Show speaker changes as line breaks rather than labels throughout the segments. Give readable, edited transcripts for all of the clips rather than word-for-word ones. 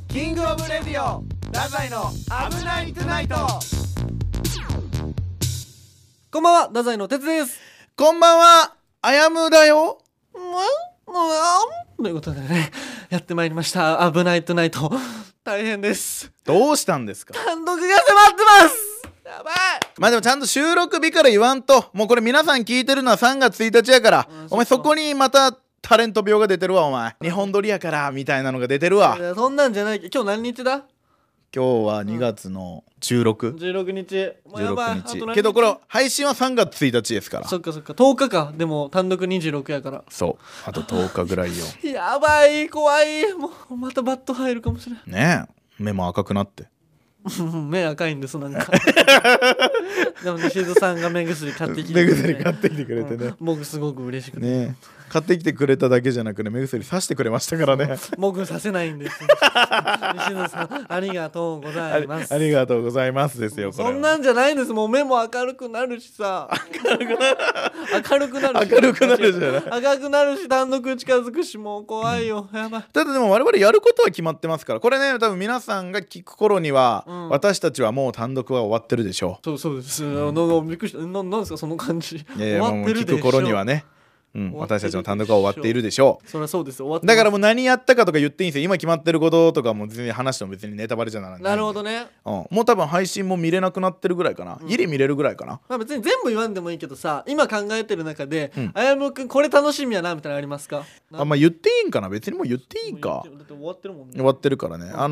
キングオブレディオ太宰の危ないトゥナイト。こんばんは、太宰の哲です。
こんばんは、あやむだよ。
ということでね、やってまいりました、危ないトゥナイト。大変です。
どうしたんですか？
単独が迫ってます。やばい。
まあでもちゃんと収録日から言わんと。もうこれ皆さん聞いてるのは3月1日やから、お前そこにまたタレント病が出てるわ。お前日本撮りやからみたいなのが出てるわ。
いやそんなんじゃない。今日何日だ？
今日は2月の16、
16日。
16日けどこれ配信は3月1日ですから。
そっかそっか、10日か。でも単独26やから。
そう、あと10日ぐらいよ。
やばい、怖い。もうまたバット入るかもしれん
ねえ、目も赤くなって
目赤いんですなんか。でも西津さんが目薬買ってきて
目薬買ってきてくれてね、
僕すごく嬉しくて
ね、買ってきてくれただけじゃなくね、目薬さしてくれましたからね。
僕させないんです。西津さんありがとうございます。
ありがとうございますですよ。これ
そんなんじゃないんです。もう目も明るくなるしさ、明るくなるし、
明るくなるじゃない、
赤くなるし、単独近づくし、もう怖いよ、やばい。
ただでも我々やることは決まってますから。これね、多分皆さんが聞く頃には、私たちはもう単独は終わってるでしょう。
そうです。なんかびっくりした。なんですかその感じ。
いやいや、もう聞く頃にはね、私たちの単独は終わっているでしょう。
そりゃそうです。終わって
だからもう何やったかとか言っていいんですよ。今決まってることとかも全然話しても別にネタバレじゃならない。
なるほどね。
もう多分配信も見れなくなってるぐらいかな、ギリ見れるぐらいかな。
まあ別に全部言わんでもいいけどさ、今考えてる中で、あやむくんこれ楽しみやなみたいなのありますか？
まあ言っていいんかな。別にもう言っていいか。
だって終わってるもんね。
終わってるからね。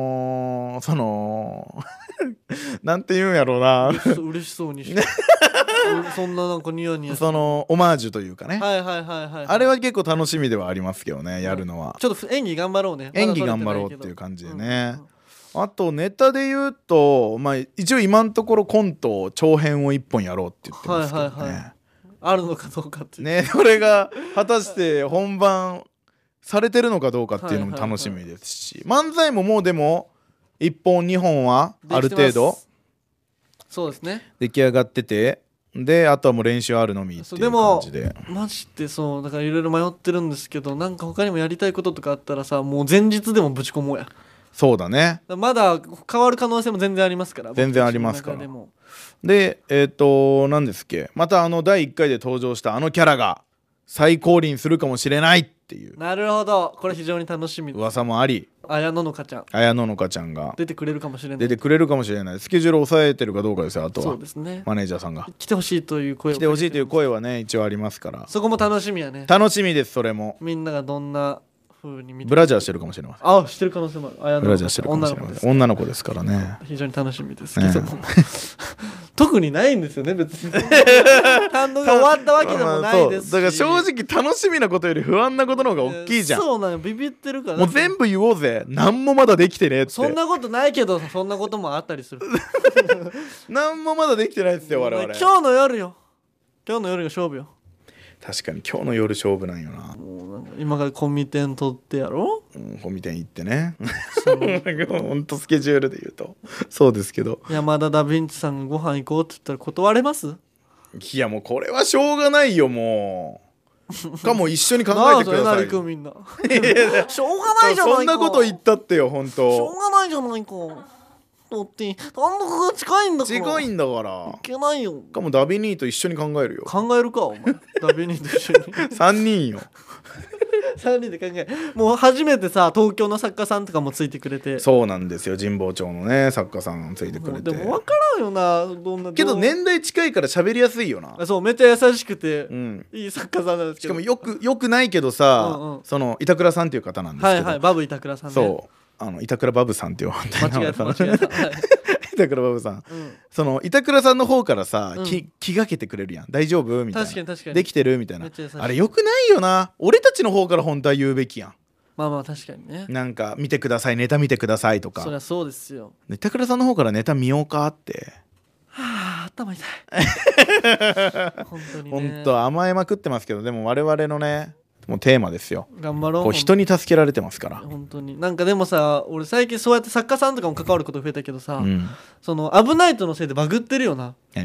なんて言うんやろうな。
嬉しそうにして。そんななんかニヤニヤ。
オマージュというかね。
はい。
あれは結構楽しみではありますけどね、やるのは。
ちょっと演技頑張ろうね。
演技頑張ろうっていう感じでね。あとネタで言うと、まあ一応今のところコント長編を1本やろうって言ってますけどね。
あるのかどうかっていう
ね、それが果たして本番されてるのかどうかっていうのも楽しみですし、漫才ももうでも1本2本はある程度
そうですね、
出来上がってて、であとはもう練習あるのみっていう感じで。
でもマジでそうだからいろいろ迷ってるんですけど、なんか他にもやりたいこととかあったらさ、もう前日でもぶち込もうや。
そうだね、
まだ変わる可能性も全然ありますから。
全然ありますから。で何ですっけ、また第1回で登場したキャラが再降臨するかもしれないっていう。
なるほど、これ非常に楽しみ。
噂もあり、
綾野のかちゃん
が
出てくれるかもしれない。
出てくれるかもしれない。スケジュールを抑えてるかどうかですよ。あとは
そうですね、
マネージャーさんが
来てほしいという声
はね一応ありますから、
そこも楽しみやね。
楽しみです。それも
みんながどんな風に見て
ブラジャーしてるかもしれません。
してる可能性もある。
ブラジャーしてるかもしれません。女の子ですからね。
非常に楽しみですけども、特にないんですよね別に。単独が終わったわけでもないですし、
だから正直楽しみなことより不安なことの方が大きいじゃん。
そうなの、ビビってるから。
もう全部言おうぜ。何もまだできてねって。
そんなことないけど、そんなこともあったりする。
何もまだできてないですよ我々。
今日の夜が勝負よ。
確かに今日の夜勝負なんよな。
もう今からコミテン取ってやろ、
コミテン行ってね。ほんとスケジュールで言うとそうですけど、
山田ダヴィンチさんがご飯行こうって言ったら断れます？
いやもうこれはしょうがないよ。もうかも一緒に考えてください。
みんなしょうがないじゃないか。
そんなこと言ったってよ。本当
しょうがないじゃないか。だって単独が近いんだから。
近いんだから
いけないよ。
かもダビニーと一緒に考えるよ。
考えるかお前。ダビニーと一緒に
3人よ。
3人で考え。もう初めてさ、東京の作家さんとかもついてくれて。
そうなんですよ。神保町のね作家さんついてくれて。
でも分からんよな、どんな。
けど年代近いから喋りやすいよな。
そう、めっちゃ優しくて、いい作家さんなんですけど。
しかもよくないけどさ、その板倉さんっていう方なんですけど、
バブ板倉さんね。
そう板倉バブさんって呼んで。
間違えた
板倉バブさん、その板倉さんの方からさ、気がけてくれるやん。大丈夫みたいな。確かにできてるみたいな。あれよくないよな。俺たちの方から本当は言うべきやん。
まあ確かにね。
なんか見てください、ネタ見てくださいとか。
そりゃそうですよ。
板倉さんの方からネタ見ようかって。
頭痛い。本当にね。
本当甘えまくってますけど、でも我々のねもうテーマですよ。
頑張ろう。
こう人に助けられてますから。
本当に。なんかでもさ、俺最近そうやって作家さんとかも関わること増えたけどさ、
うん、
その危ないとのせいでバグってるよな。
何が？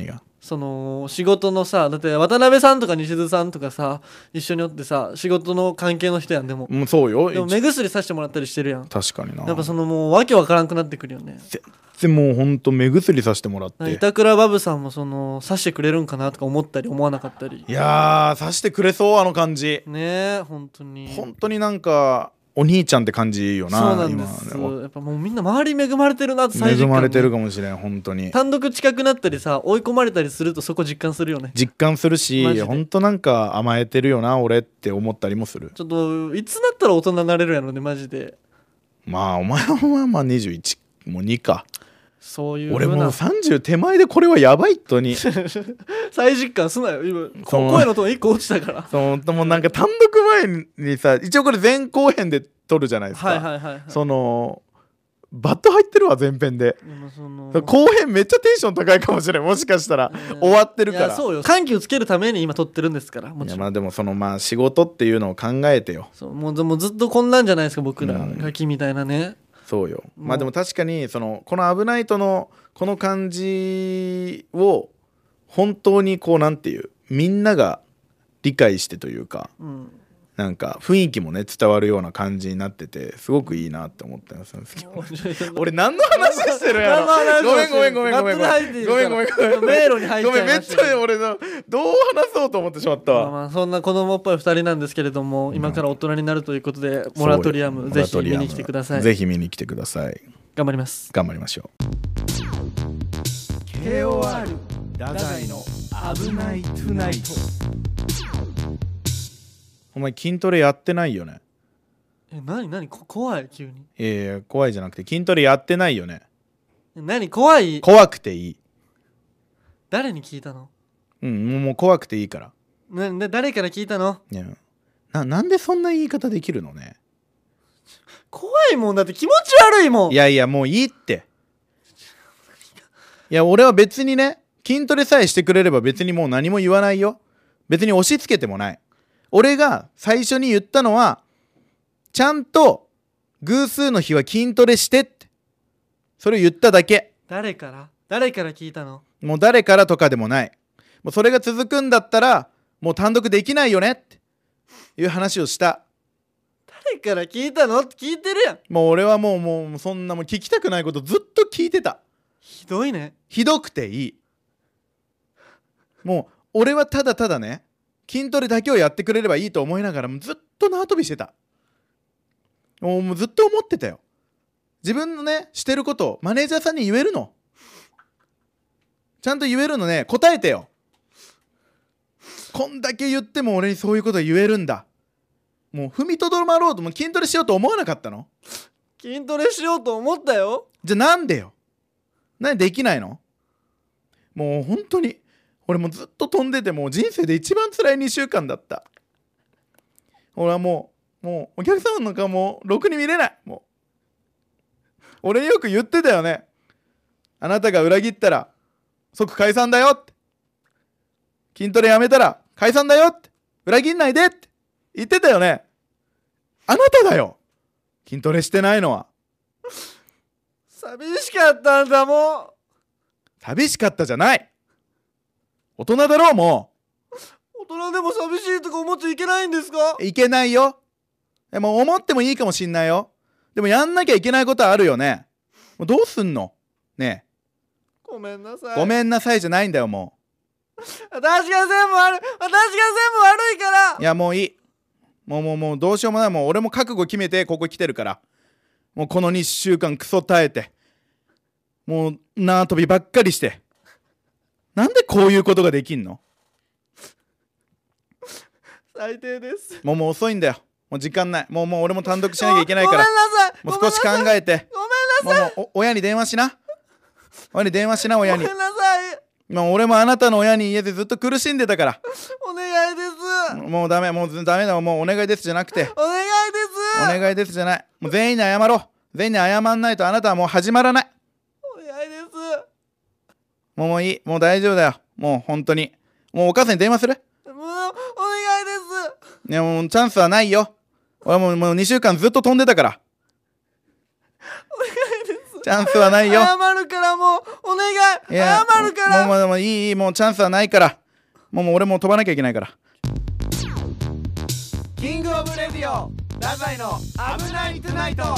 その仕事のさ、だって渡辺さんとか西津さんとかさ一緒におってさ、仕事の関係の人やん。でも
そうよ。
でも目薬させてもらったりしてるやん。
確かにな。
やっぱそのもうわけわからんくなってくるよね。
全然もうほんと目薬させてもらって、
板倉バブさんもそのさしてくれるんかなとか思ったり思わなかったり。
いやーさしてくれそう、あの感じ
ねえ、本当に
なんかお兄ちゃんって感じよな。
そうなんです。やっぱもうみんな周り恵まれてるなって最
実感、ね、恵まれてるかもしれん。本当に
単独近くなったりさ、追い込まれたりするとそこ実感するよね。
実感するし、本当なんか甘えてるよな俺って思ったりもする。
ちょっといつなったら大人になれるやろねマジで。
まあお前はまあ21もう2か。
そういう
俺もう30手前でこれはやばいとに
再実感すなよ。今声のトーン1個落ちたから。
そうもうなんか単独前にさ、一応これ前後編で撮るじゃないですか。そのバット入ってるわ前編で。後編めっちゃテンション高いかもしれん、もしかしたら終わってるから。いや
そうよ、緩急つけるために今撮ってるんですから。もちろん。
いやまあでもそのまあ仕事っていうのを考えてよ。
そうもうずっとこんなんじゃないですか僕ら、ガキみたいなね。
そうよ。まあでも確かにこの危ないとのこの感じを本当にこうなんていうみんなが理解してというか、なんか雰囲気もね伝わるような感じになっててすごくいいなって思ったんですけど俺何の話してるやろごめん
迷路に入っちゃいました。
めっちゃ俺のどう話そうと思ってしまったわ。
まあそんな子供っぽい2人なんですけれども、今から大人になるということでモラトリアムぜひ見に来てください。
ぜひ見に来てください。
頑張ります。
頑張りましょう。 KOR 太宰の危ないトゥナイト。お前筋トレやってないよね。
何怖い急に。
いや怖いじゃなくて筋トレやってないよね。
何怖い。
怖くていい。
誰に聞いたの。
もう怖くていいから。
誰から聞いたの。
いやなんでそんな言い方できるのね。
怖いもんだって、気持ち悪いもん。
いやもういいって。いや俺は別にね筋トレさえしてくれれば別にもう何も言わないよ。別に押し付けてもない。俺が最初に言ったのはちゃんと偶数の日は筋トレしてってそれを言っただけ。
誰から聞いたの。
もう誰からとかでもない。もうそれが続くんだったらもう単独できないよねっていう話をした。
誰から聞いたのって聞いてるやん。
もう俺はもうそんなもう聞きたくないことずっと聞いてた。
ひどいね。
ひどくていい。もう俺はただただね筋トレだけをやってくれればいいと思いながらもずっと縄跳びしてた。もうずっと思ってたよ。自分のねしてることをマネージャーさんに言えるの。ちゃんと言えるのね。答えてよ。こんだけ言っても俺にそういうこと言えるんだ。もう踏みとどまろうとも筋トレしようと思わなかったの。
筋トレしようと思ったよ。
じゃあなんでよ。なんでできないの。もう本当に俺もずっと飛んでてもう人生で一番辛い2週間だった。俺はもうお客様の顔もろくに見れない。もう俺によく言ってたよね。あなたが裏切ったら即解散だよって。筋トレやめたら解散だよって。裏切んないでって言ってたよね。あなただよ筋トレしてないのは。
寂しかったんだもん。
寂しかったじゃない。大人だろう。も
う大人でも寂しいとか思っちゃいけないんですか。
いけないよ。でも思ってもいいかもしんないよ。でもやんなきゃいけないことはあるよね。もうどうすんのねえ。
ごめんなさい。
ごめんなさいじゃないんだよ。もう
私が全部悪いから。
いやもういい。もうどうしようもない。もう俺も覚悟決めてここ来てるから。もうこの2週間クソ耐えてもう縄跳びばっかりして。なんでこういうことができんの。
最低です。
もう遅いんだよ。もう時間ない。もう俺も単独しなきゃいけないから。もう少し考えて。
ごめんなさい。
もう親に電話しな。親に電話しな。親に。
ごめんなさい。
もう俺もあなたの親に家でずっと苦しんでたから。
お願いです。
もうダメだ。もうお願いですじゃなくて。
お願いです。
お願いですじゃない。もう全員に謝ろう。全員に謝んないとあなたはもう始まらない。
お願いです。
もういい。もう大丈夫だよ。もう本当に。もうお母さんに電話する？
もうお願いです。
いやもうチャンスはないよ。俺もう2週間ずっと飛んでたから。
お願いです。
チャンスはないよ。
謝るからもうお願い。
いや
謝るから。
もういいもうチャンスはないから。もう俺もう飛ばなきゃいけないから。
キングオブレディオ太宰の危ないトゥナイト。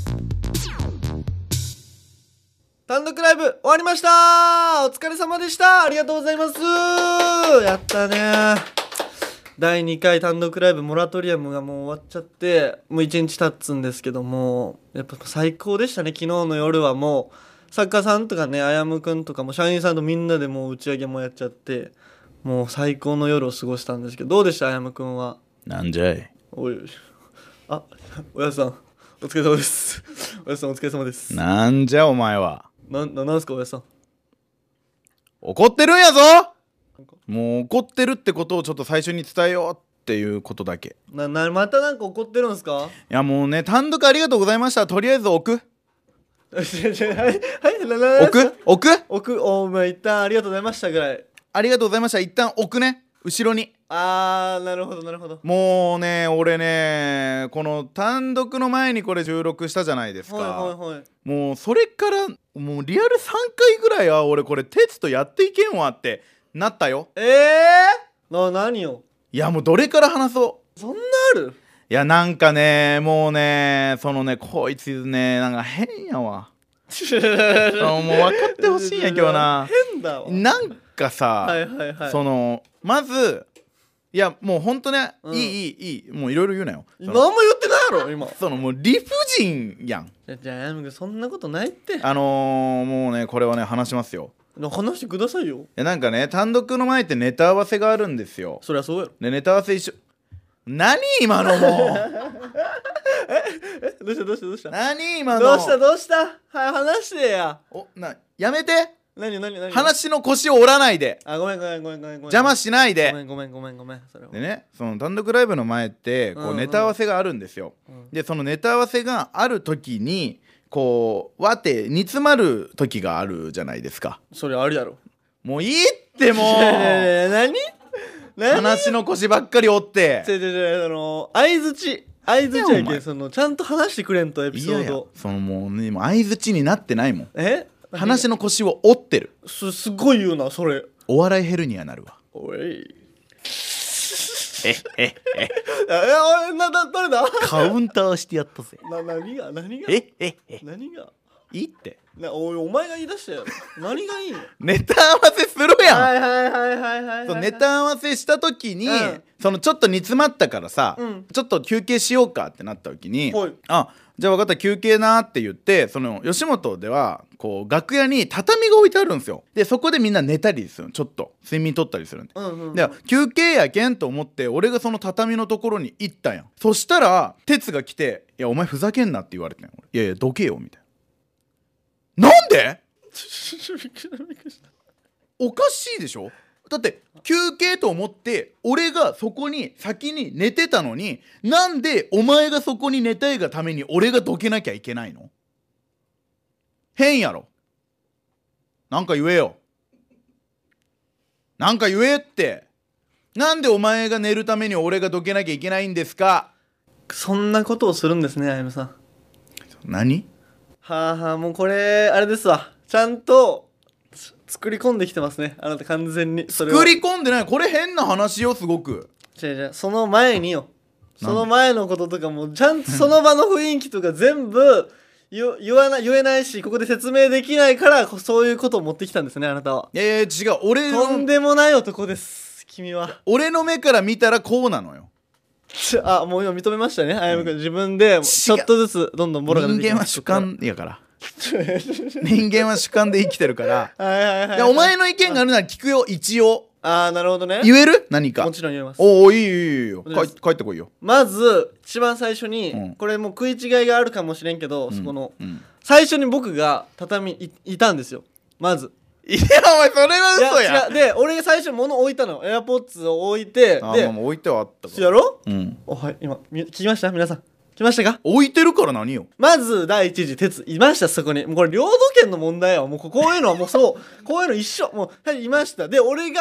単独ライブ終わりました。お疲れ様でした。ありがとうございます。やったね。第2回単独ライブモラトリアムがもう終わっちゃってもう1日経つんですけども、やっぱ最高でしたね。昨日の夜はもう作家さんとかね、あやむくんとかも社員さんとみんなでもう打ち上げもやっちゃって、もう最高の夜を過ごしたんですけど、どうでしたあやむくんは。
なんじゃい。
おいあ、おやさんお疲れ様です。おやさんお疲れ様です。
なんじゃお前は。
なんすかおやさん。
怒ってるんやぞ。もう怒ってるってことをちょっと最初に伝えようっていうことだけ。
またなんか怒ってるんすか。
いやもうね、単独ありがとうございました。とりあえず置く置く
お前一旦ありがとうございましたぐらい。
ありがとうございました。一旦置くね、後ろに。
なるほどなるほど。
もうね、俺ね、この単独の前にこれ収録したじゃないですか。
はい。
もうそれからもうリアル3回ぐらいは俺これテストやっていけんわってなったよ。
何よ。
いやもうどれから話そう。
そんなある。
いやなんかね、もうね、そのね、こいつね、なんか変やわもう分かってほしいんやけどな。
変だわ。
なんかさ、
はい
そのまずいやもうほんとね、いいもういろいろ言うなよ。
何も言ってないやろ今。
そのもう理不尽やん。
じゃあそんなことないって。
もうね、これはね話しますよ。
話してくださいよ。
いやなんかね、単独の前ってネタ合わせがあるんですよ。
そりゃそうやろ。
でネタ合わせ一緒。何今のもう
どうした
何今の
どうしたはい話してや。
やめて。
何
話の腰を折らないで。
ごめん
邪魔しないで。
ごめんそれは。
でね、その単独ライブの前ってこうネタ合わせがあるんですよ。でそのネタ合わせがある時にこうわって煮詰まる時があるじゃないですか。
それあるやろ。
もういいってもう
何
話の腰ばっかり折って。
相づちやけん、そのちゃんと話してくれんとエピソード。
いやそのもうね、相づちになってないもん。話の腰を折ってる。
すごい言うなそれ。
お笑いヘルニアなるわ。
おい誰だ。
カウンターしてやったぜ。
何が
いいって
お前が言い出したよ。何がいいの。
ネタ合わせするやん。
はい
ネタ合わせした時に、そのちょっと煮詰まったからさ、ちょっと休憩しようかってなった時に、じゃあ分かった休憩なって言って、その吉本ではこう楽屋に畳が置いてあるんですよ。でそこでみんな寝たりする、ちょっと睡眠取ったりするんで、で休憩やけんと思って俺がその畳のところに行ったやん。そしたら哲が来て「いやお前ふざけんな」って言われてん。いやどけよみたいな。なんでおかしいでしょ。だって休憩と思って俺がそこに先に寝てたのに、なんでお前がそこに寝たいがために俺がどけなきゃいけないの。変やろ。なんか言えよ。なんか言えって。なんでお前が寝るために俺がどけなきゃいけないんですか。
そんなことをするんですねあやむさん。
何。
もうこれあれですわ。ちゃんと作り込んできてますねあなた完全に。
作り込んでない。これ変な話よすごく。
その前によ。その前のこととかもちゃんとその場の雰囲気とか全部言えないし、ここで説明できないからそういうことを持ってきたんですねあなたは。
いや違う、俺の
とんでもない男です君は。
俺の目から見たらこうなのよ。
もう今認めましたねあやむくん。自分でちょっとずつどんどんボロが出てきます。
人間は主観やから人間は主観で生きてるからお前の意見があるなら聞くよ一応。
なるほどね。
言える。何か。
もちろん言えます。
いいよ帰ってこいよ。
まず一番最初に、これもう食い違いがあるかもしれんけど、そこの、最初に僕が畳いたんですよまず。
いやお前それは嘘や。
で俺が最初に物置いたの。エアポッツを置いて、で
もう置いてはあったから
やろ。はい今聞きました皆さん。来ましたか。
置いてるから何よ。
まず第一次鉄いましたそこに。もうこれ領土権の問題はもうこういうのはもうそうこういうの一緒もう、はいいました。で俺が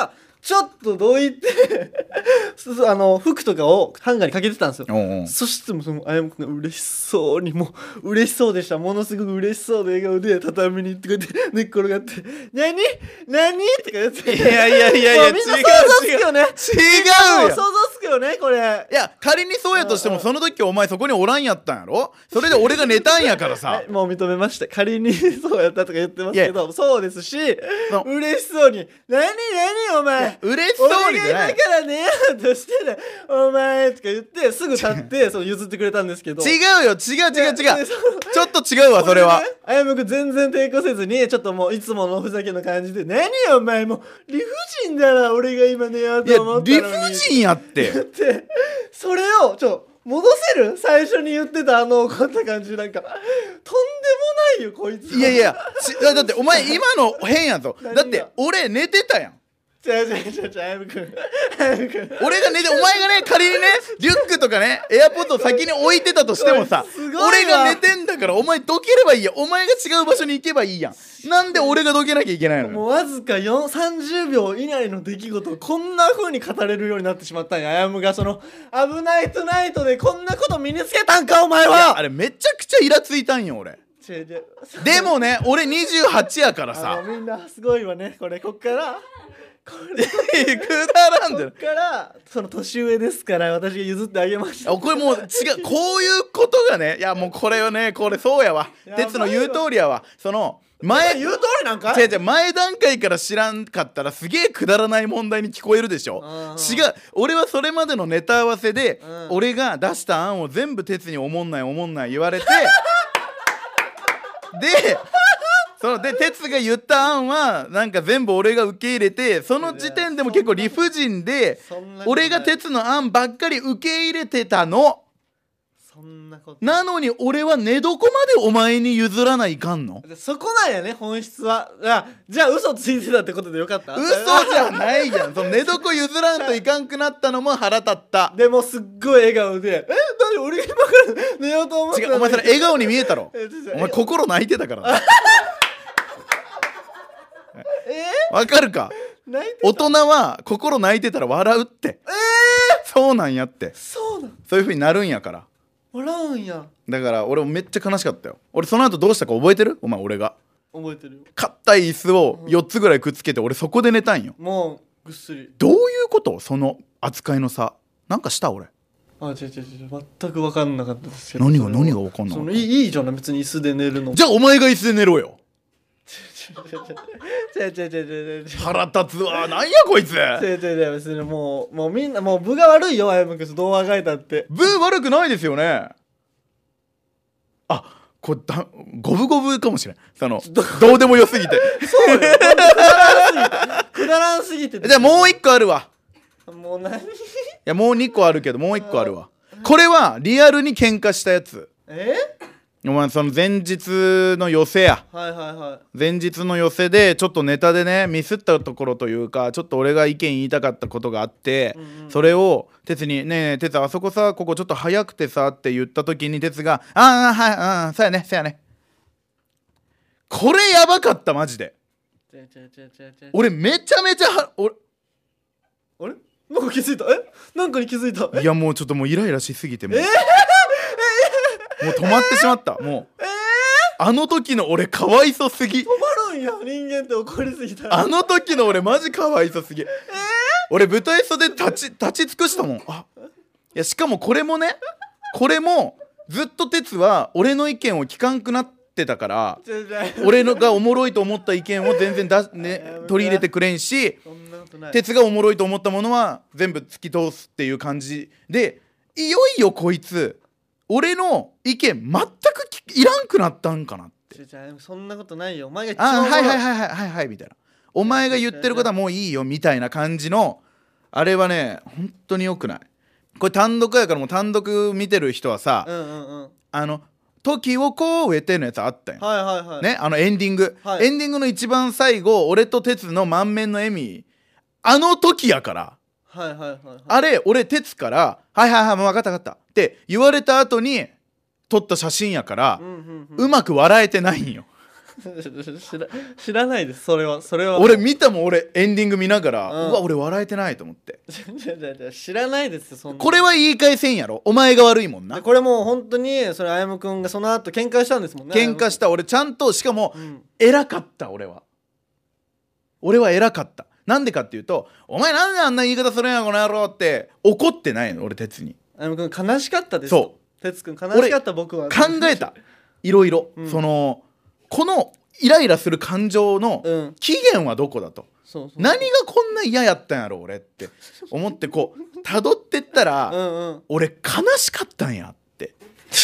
ちょっとどいて服とかをハンガーにかけてたんですよ。
おうおう
そしてもそのあやむくんが嬉しそうにもう嬉しそうでした。ものすごく嬉しそうな笑顔で畳に行ってこうやって寝っ転がって「何何?」とか言って
いやいやいやいや
もうみんな想像つくよね。
違うよ
想像つくよねこれ。
いや仮にそうやとしてもその時お前そこにおらんやったんやろ。それで俺が寝たんやからさ、
はい、もう認めました。仮にそうやったとか言ってますけど、そうですし、
そう
嬉しそうに「何何お前
嬉しそうにじゃない
俺が今から寝ようとしてねお前」とか言ってすぐ立ってその譲ってくれたんですけど、
違うよ違う違う違う
で
ちょっと違うわそれは。
あやむくん全然抵抗せずにちょっともういつものおふざけの感じで「何お前もう理不尽だな俺が今寝よう
いや
と思ったのに」
理不尽やって
ってそれを戻せる最初に言ってた怒った感じなんかとんでもないよこいつ。
いやいやだってお前今の変やぞ。
何が
だって俺寝てたやん。
違うあやむくん
俺が寝てお前がね仮にねリュックとかねエアポッドを先に置いてたとしてもさ
すごいわ
俺が寝てんだからお前どければいいやん。お前が違う場所に行けばいいやん。なんで俺がどけなきゃいけないのよ。
もうわずか30秒以内の出来事をこんな風に語れるようになってしまったんや。あやむがその危ないトゥナイトでこんなこと身につけたんかお前
いや
は。
あれめちゃくちゃイラついたんよ俺。
違う
でもね俺28やからさ
みんなすごいわねこっから
くだらんで
こっからその年上ですから私が譲ってあげました。
これもう違うこういうことがねいやもうこれよねこれそうやわ
やばいわ
哲の言う通りやわ。その前
言う通りなんか
違う違う前段階から知らんかったらすげえくだらない問題に聞こえるでしょ。違う俺はそれまでのネタ合わせで俺が出した案を全部哲におもんない言われてで哲が言った案はなんか全部俺が受け入れてその時点でも結構理不尽で俺が哲の案ばっかり受け入れてたの。
そんなこと
なのに俺は寝床までお前に譲らないかんの。
そこなんやね本質は。じゃあ嘘ついてたってことでよかった。
嘘じゃないじゃん。その寝床譲らんといかんくなったのも腹立った。
でもすっごい笑顔で何俺が今から寝ようと思ってたのに
違うお前それ笑顔に見えたろ
違う
お前心泣いてたからなわかるか。
泣いて
大人は心泣いてたら笑うってそうなんやって。
そうなん
そういう風になるんやから。
笑うんや。
だから俺もめっちゃ悲しかったよ。俺その後どうしたか覚えてる？お前俺が
覚えてるよ。
硬い椅子を4つぐらいくっつけて俺そこで寝たんよ。
もうぐっすり。
どういうことその扱いの差なんかした俺。
違う全く分かんなかったですけど。
何が分かんなかった。
いいじゃない別に椅子で寝るの。
じゃあお前が椅子で寝ろよ。
違う
腹立つわ。なんやこいつ。
別にもうみんなもう分が悪いよあやむくんどうあがいたって。
分悪くないですよね。あこれ五分五分かもしれん。どうでもよすぎて
そうよくだらんすぎて
じゃあもう一個あるわ。
もう何
いやもう2個あるけどもう1個あるわ。これはリアルに喧嘩したやつ。お前その前日の寄せや。前日の寄せでちょっとネタでねミスったところというかちょっと俺が意見言いたかったことがあって、それを哲に「ねえねえ哲あそこさここちょっと早くてさ」って言った時に哲が「ああはいそうやね」これやばかったマジで。俺めちゃめちゃ
あれなんか気づいたなんかに気づいた
いやもうちょっともうイライラしすぎてもう止まってしまった。もうあの時の俺かわいそすぎ。
止まるんや人間って怒りすぎたら。
あの時の俺マジかわいそすぎ。俺舞台袖立ち尽くしたもん。いやしかもこれもずっと哲は俺の意見を聞かんくなってたから俺のがおもろいと思った意見を全然取り入れてくれんし哲がおもろいと思ったものは全部突き通すっていう感じでいよいよこいつ俺の意見全くいらんくなったんかなって。
そんなことないよお前が
はいみたいなお前が言ってることはもういいよみたいな感じのあれはね本当に良くない。これ単独やからもう単独見てる人はさ時をこうえてのやつあったよね。エンディングエンディングの一番最後俺と哲の満面の笑み時やからあれ俺哲から「はいもう分かった」って言われた後に撮った写真やからうまく笑えてないんよ
知らないです。それは
俺見たもん。俺エンディング見ながら、
うん
うわ俺笑えてないと思って。
知らないですよ。そんな
これは言い返せんやろ。お前が悪いもんな。
でこれもう本当にそれあやむくんがその後喧嘩したんですもんね。
喧嘩した俺ちゃんと、しかも、
うん、
偉かった。俺は偉かった。なんでかっていうと、お前なんであんな言い方するんやこの野郎って怒ってないの俺哲に。
あやむくん悲しかったです。
そう
哲くん悲しかった。僕は
考えた。いろいろ、
うん、
そのこのイライラする感情の起源はどこだと、
そう
何がこんな嫌やったんやろ俺って思ってこう辿ってったら俺悲しかったんやって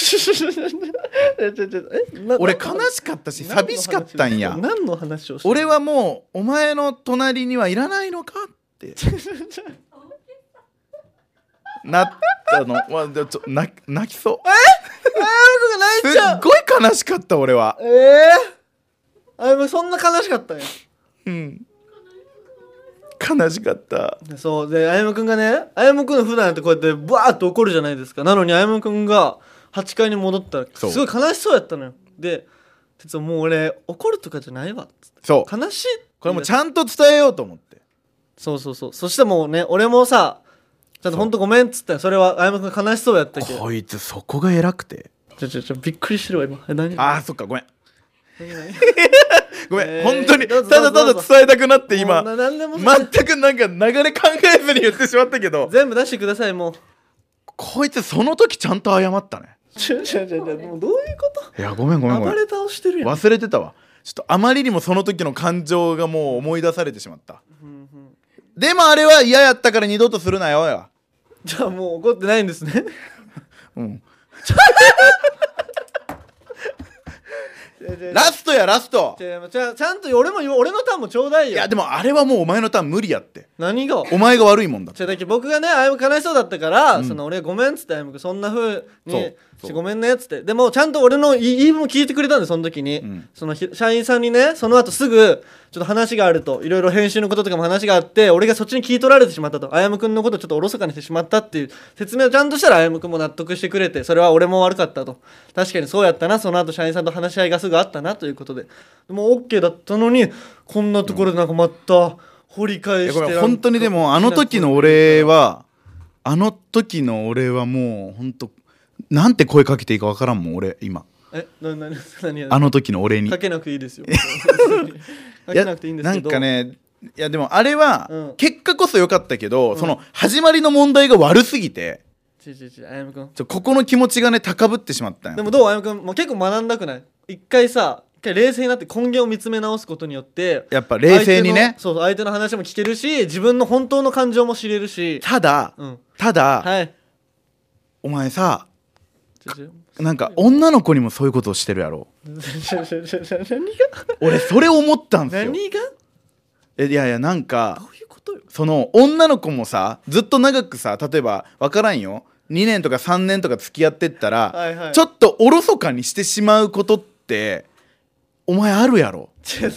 俺悲しかったし寂しかったんや。
何の話をして
俺はもうお前の隣にはいらないのかってなったの。泣きそう。
泣いちゃう。
すっごい悲しかった俺は。
あやむそんな悲しかったんや。
うん悲しかった。
そうであやむくんがね、あやむくんの普段やってこうやってブワーッと怒るじゃないですか。なのにあやむくんが8階に戻ったらすごい悲しそうやったのよ。で哲夫もう俺怒るとかじゃないわっつって。
そう
悲しい。
これもちゃんと伝えようと思って。
そうそしてもうね俺もさちゃんとほんとごめんっつったよ。それはあやむくん悲しそうやったけど、
こいつそこが偉くて
びっくりしてるわ今。何
そっかごめん
何
ごめん、本当に
どうぞ
ただただ伝えたくなって今
もう何でも
全くなんか流れ考えずに言ってしまったけど、
全部出してください。もう
こいつその時ちゃんと謝ったね。
もうどういうこと。
いやごめん
暴れ倒してるやん。
忘れてたわ。ちょっとあまりにもその時の感情がもう思い出されてしまった、でもあれは嫌やったから二度とするなよや。
じゃあもう怒ってないんですね。
うんラストやラスト。
ちゃんと俺のターンもちょうだいよ。
いやでもあれはもうお前のターン無理やって。
何が
お前が悪いもんだって。
だけ僕がねあやむ悲しそうだったから、その俺ごめんっつってあやむくそんな風にごめんねっつって。でもちゃんと俺の言い分も聞いてくれたんでその時に、その社員さんにねその後すぐちょっと話があると、いろいろ編集のこととかも話があって、俺がそっちに聞い取られてしまったと、あやむくんのことをちょっとおろそかにしてしまったっていう説明をちゃんとしたらあやむくんも納得してくれて、それは俺も悪かったと、確かにそうやったな、その後社員さんと話し合いがすぐあったなということで、もう OK だったのにこんなところでなんかまた掘り返して、
本当にでもあの時の俺はもう本当なんて声かけていいかわからんもん俺今。
何
あの時の俺に
かけなくていいですよ。かけなくていいんですけど。
なんかね、いやでもあれは、結果こそ良かったけど、その始まりの問題が悪すぎて、
あやむくん
ここの気持ちがね高ぶってしまったんよ。
でもどうあやむくんもう結構学んだくない？一回冷静になって根源を見つめ直すことによって
やっぱ冷静にね、
相手の話も聞けるし、自分の本当の感情も知れるし。
ただ、
はい、
お前さなんか女の子にもそういうことをしてるやろ。
何が
俺それ思ったんすよ。
何が
いやなんか
どういうことよ。
その女の子もさずっと長くさ、例えば分からんよ2年とか3年とか付き合ってったら、ちょっとおろそかにしてしまうことってお前あるやろ。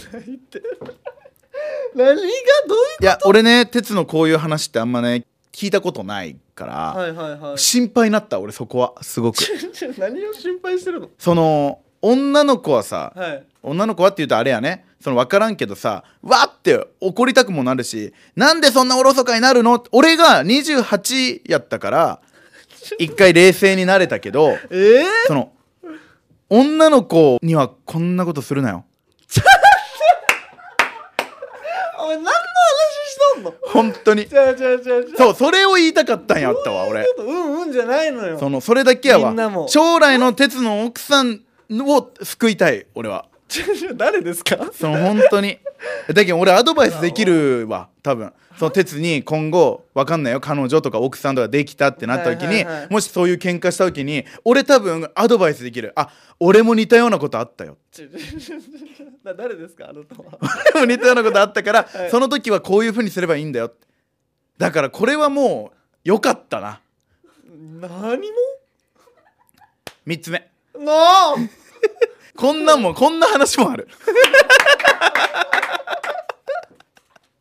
何がどういうこと。
いや俺ね哲のこういう話ってあんまね聞いたことないから、心配になった俺そこはすごく。
何を心配してるの。
その女の子はさ、女の子はって言うとあれやね、その分からんけどさ、わって怒りたくもなるし、なんでそんなおろそかになるの。俺が28やったから一回冷静になれたけど、その女の子にはこんなことするなよ。
お前何の話しとんの
本当に。そうそれを言いたかったんやったわ俺。
じゃないのよ。
それだけやわ。将来の哲の奥さんを救いたい俺は。
誰ですか。
本当にだけど俺アドバイスできるわ多分。その哲に今後わかんないよ、彼女とか奥さんとかできたってなった時に、もしそういう喧嘩した時に俺多分アドバイスできる。俺も似たようなことあったよ。
誰ですかあなたは。
俺も似たようなことあったから、その時はこういう風にすればいいんだよ。だからこれはもう良かったな。
何も
3つ目
なあ
こんな話もある。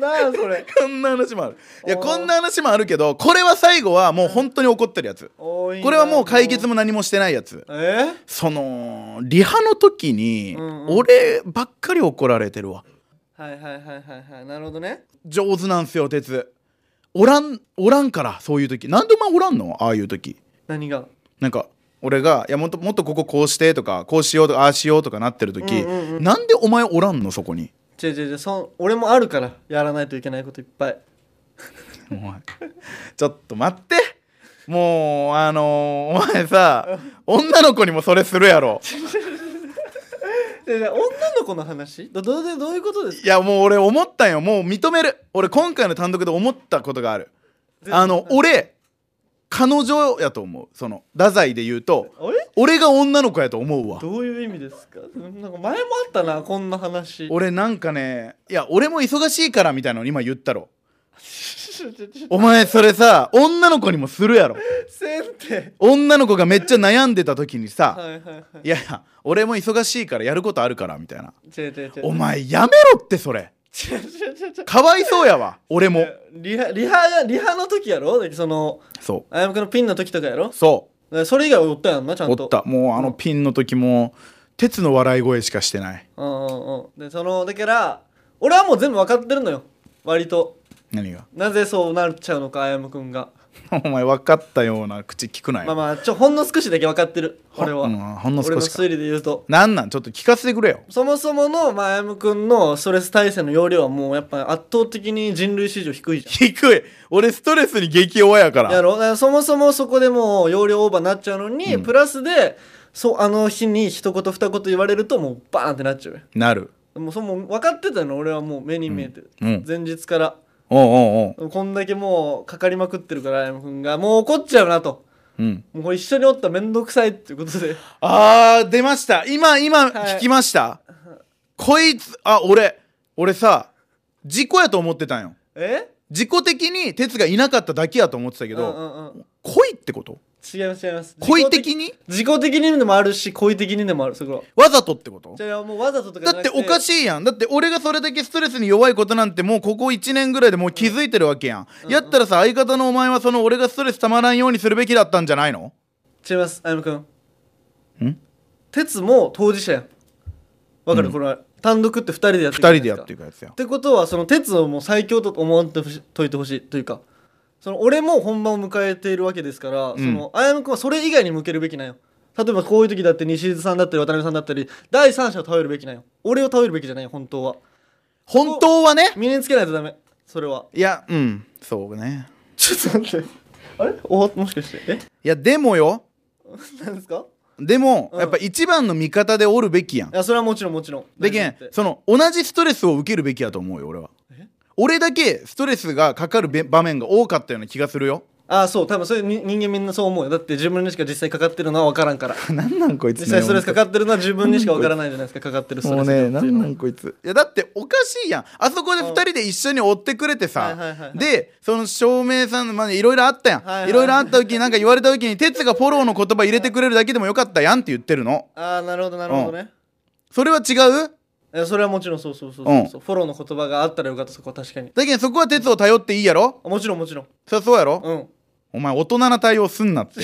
なんそれ。
こんな話もある。いや
おー
こんな話もあるけど、これは最後はもう本当に怒ってるやつ。
多いな
これはもう解決も何もしてないやつ。
え
そのリハの時に
うん
俺ばっかり怒られてるわ。
はいはいはいはいはいなるほどね。
上手なんすよ鉄。おらんからそういう時。なんでお前おらんのああいう時。
何が
なんか俺がいやもっとこここうしてとかこうしようとかああしようとかなってる時、
うんうんうん
なんでお前おらんのそこに。
違う違う違う俺もあるからやらないといけないこといっぱい。
お前ちょっと待って。もうお前さ女の子にもそれするやろ。
で女の子の話どういうことですか。
いやもう俺思ったんよ。もう認める。俺今回の単独で思ったことがある。俺彼女やと思う。その太宰で言うと
あれ
俺が女の子やと思うわ。
どういう意味ですか。なんか前もあったなこんな話。
俺なんかね、いや俺も忙しいからみたいなの今言ったろ。お前それさ女の子にもするやろ。
せんて。
女の子がめっちゃ悩んでた時にさ、
はいはいはい。
いやいや俺も忙しいからやることあるからみたいな。
違う
お前やめろってそれ。
違う
かわいそうやわ俺も。
リハの時やろ。その
そ
あやむくんのピンの時とかやろ。
うそ
それ以外はおったやんなちゃ
う。お
んと。
った。もうピンの時も鉄の笑い声しかしてない。
うんうんうん。でだから俺はもう全部分かってるのよ割と。
何が。
なぜそうなっちゃうのかあやむくんが。
お前分かったような口聞くなよ。
まあまあほんの少しだけ分かってる俺は。
ほんの少しか。
俺の推理で言うと
なんちょっと聞かせてくれよ。
そもそものあやむくんのストレス耐性の容量はもうやっぱ圧倒的に人類史上低いじゃん。
低い。俺ストレスに激弱やから。
やろ。だからそもそもそこでもう容量オーバーになっちゃうのに、プラスであの日に一言二言言われるともうバーンってなっちゃうよ。
なる。
もう分かってたの俺はもう目に見えてる、前日から
おう
こんだけもうかかりまくってるからあやむくんがもう怒っちゃうなと、もうこれ一緒におったらめんどくさいっていうことで
出ました。今聞きました。こいつ俺さ事故やと思ってたんよ。自己的に鉄がいなかっただけやと思ってたけど、恋ってこと？
違います
恋的に？
自己的にでもあるし恋的にでもある。そこは
わざとってこと？
じゃあもうわざととかじゃ
だ
なくて
っておかしいやん。だって俺がそれだけストレスに弱いことなんてもうここ1年ぐらいでもう気づいてるわけやん、やったらさ相方のお前はその俺がストレスたまらんようにするべきだったんじゃないの？
違いますあやむくん。鉄も当事者やん。わかる、これは単独って2人でやってる
2人でやっていくやつや。
ってことはその鉄をもう最強と思ってといてほしいというか、その俺も本番を迎えているわけですから、そのあやむくんはそれ以外に向けるべきなんよ。例えばこういう時だって西津さんだったり渡辺さんだったり第三者を頼るべきなんよ。俺を頼るべきじゃないよ本当は。
本当はね。
身につけないとダメそれは。
いやそうね。
ちょっと待ってあれもしかして
いやでもよ
何ですか。
でも、やっぱ一番の味方でおるべきやん。
いやそれはもちろん
でけんその同じストレスを受けるべきやと思うよ俺は。俺だけストレスがかかる場面が多かったような気がするよ。
そう多分そういう人間みんなそう思うよ。だって自分にしか実際かかってるのは分からんから
なんなんこいつ、
実際ストレスかかってるのは自分にしか分からないじゃないですか。かかってるストレス
もうね、なん
っていうのは
なんこいつ。いやだっておかしいやん。あそこで2人で一緒に追ってくれてさ、でその照明さんまでいろいろあったやん、いろいろあった時になんか言われた時に哲がフォローの言葉入れてくれるだけでもよかったやんって言ってるの。
なるほどなるほどね、
それは違う？
それはもちろんそう、フォローの言葉があったらよかった。そこは確かに。
だけどそこは哲を頼っていいやろ。
もちろん
そりゃそうやろ。お前大人な対応すんなって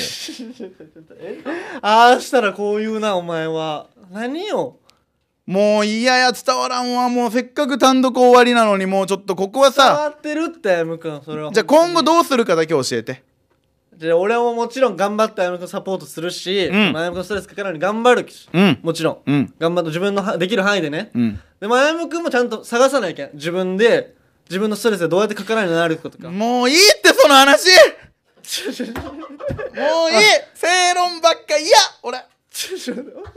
したらこう言うなお前は。何よ
もう嫌や伝わらんわ。もうせっかく単独終わりなのにもうちょっとここはさ
伝わってるってむくん。それは
じゃあ今後どうするかだけ教えて。
じゃあ俺ももちろん頑張ってあやむくんサポートするし、あやむくんストレスかかるように頑張るし、もちろん、頑張って自分のできる範囲でね、でもあやむくんもちゃんと探さないけん。自分のストレスでどうやってかからないようになるかとか。
もういいってその話もういい正論ばっか嫌俺もう嫌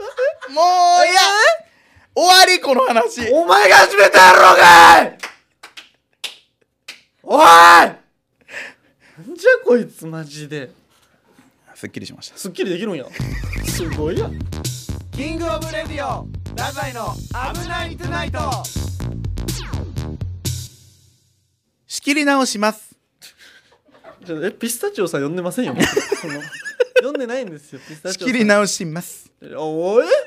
終わりこの話。
お前が始めたやろがいおいなんじゃこいつマジで。
すっきりしました。
すっきりできるんや。すごいや。
キングオブレディオ太宰の危ないトゥナイト。仕切り直します。
ピスタチオさん呼んでませんよ呼んでないんですよピスタチオさん。
仕切り直します。
おい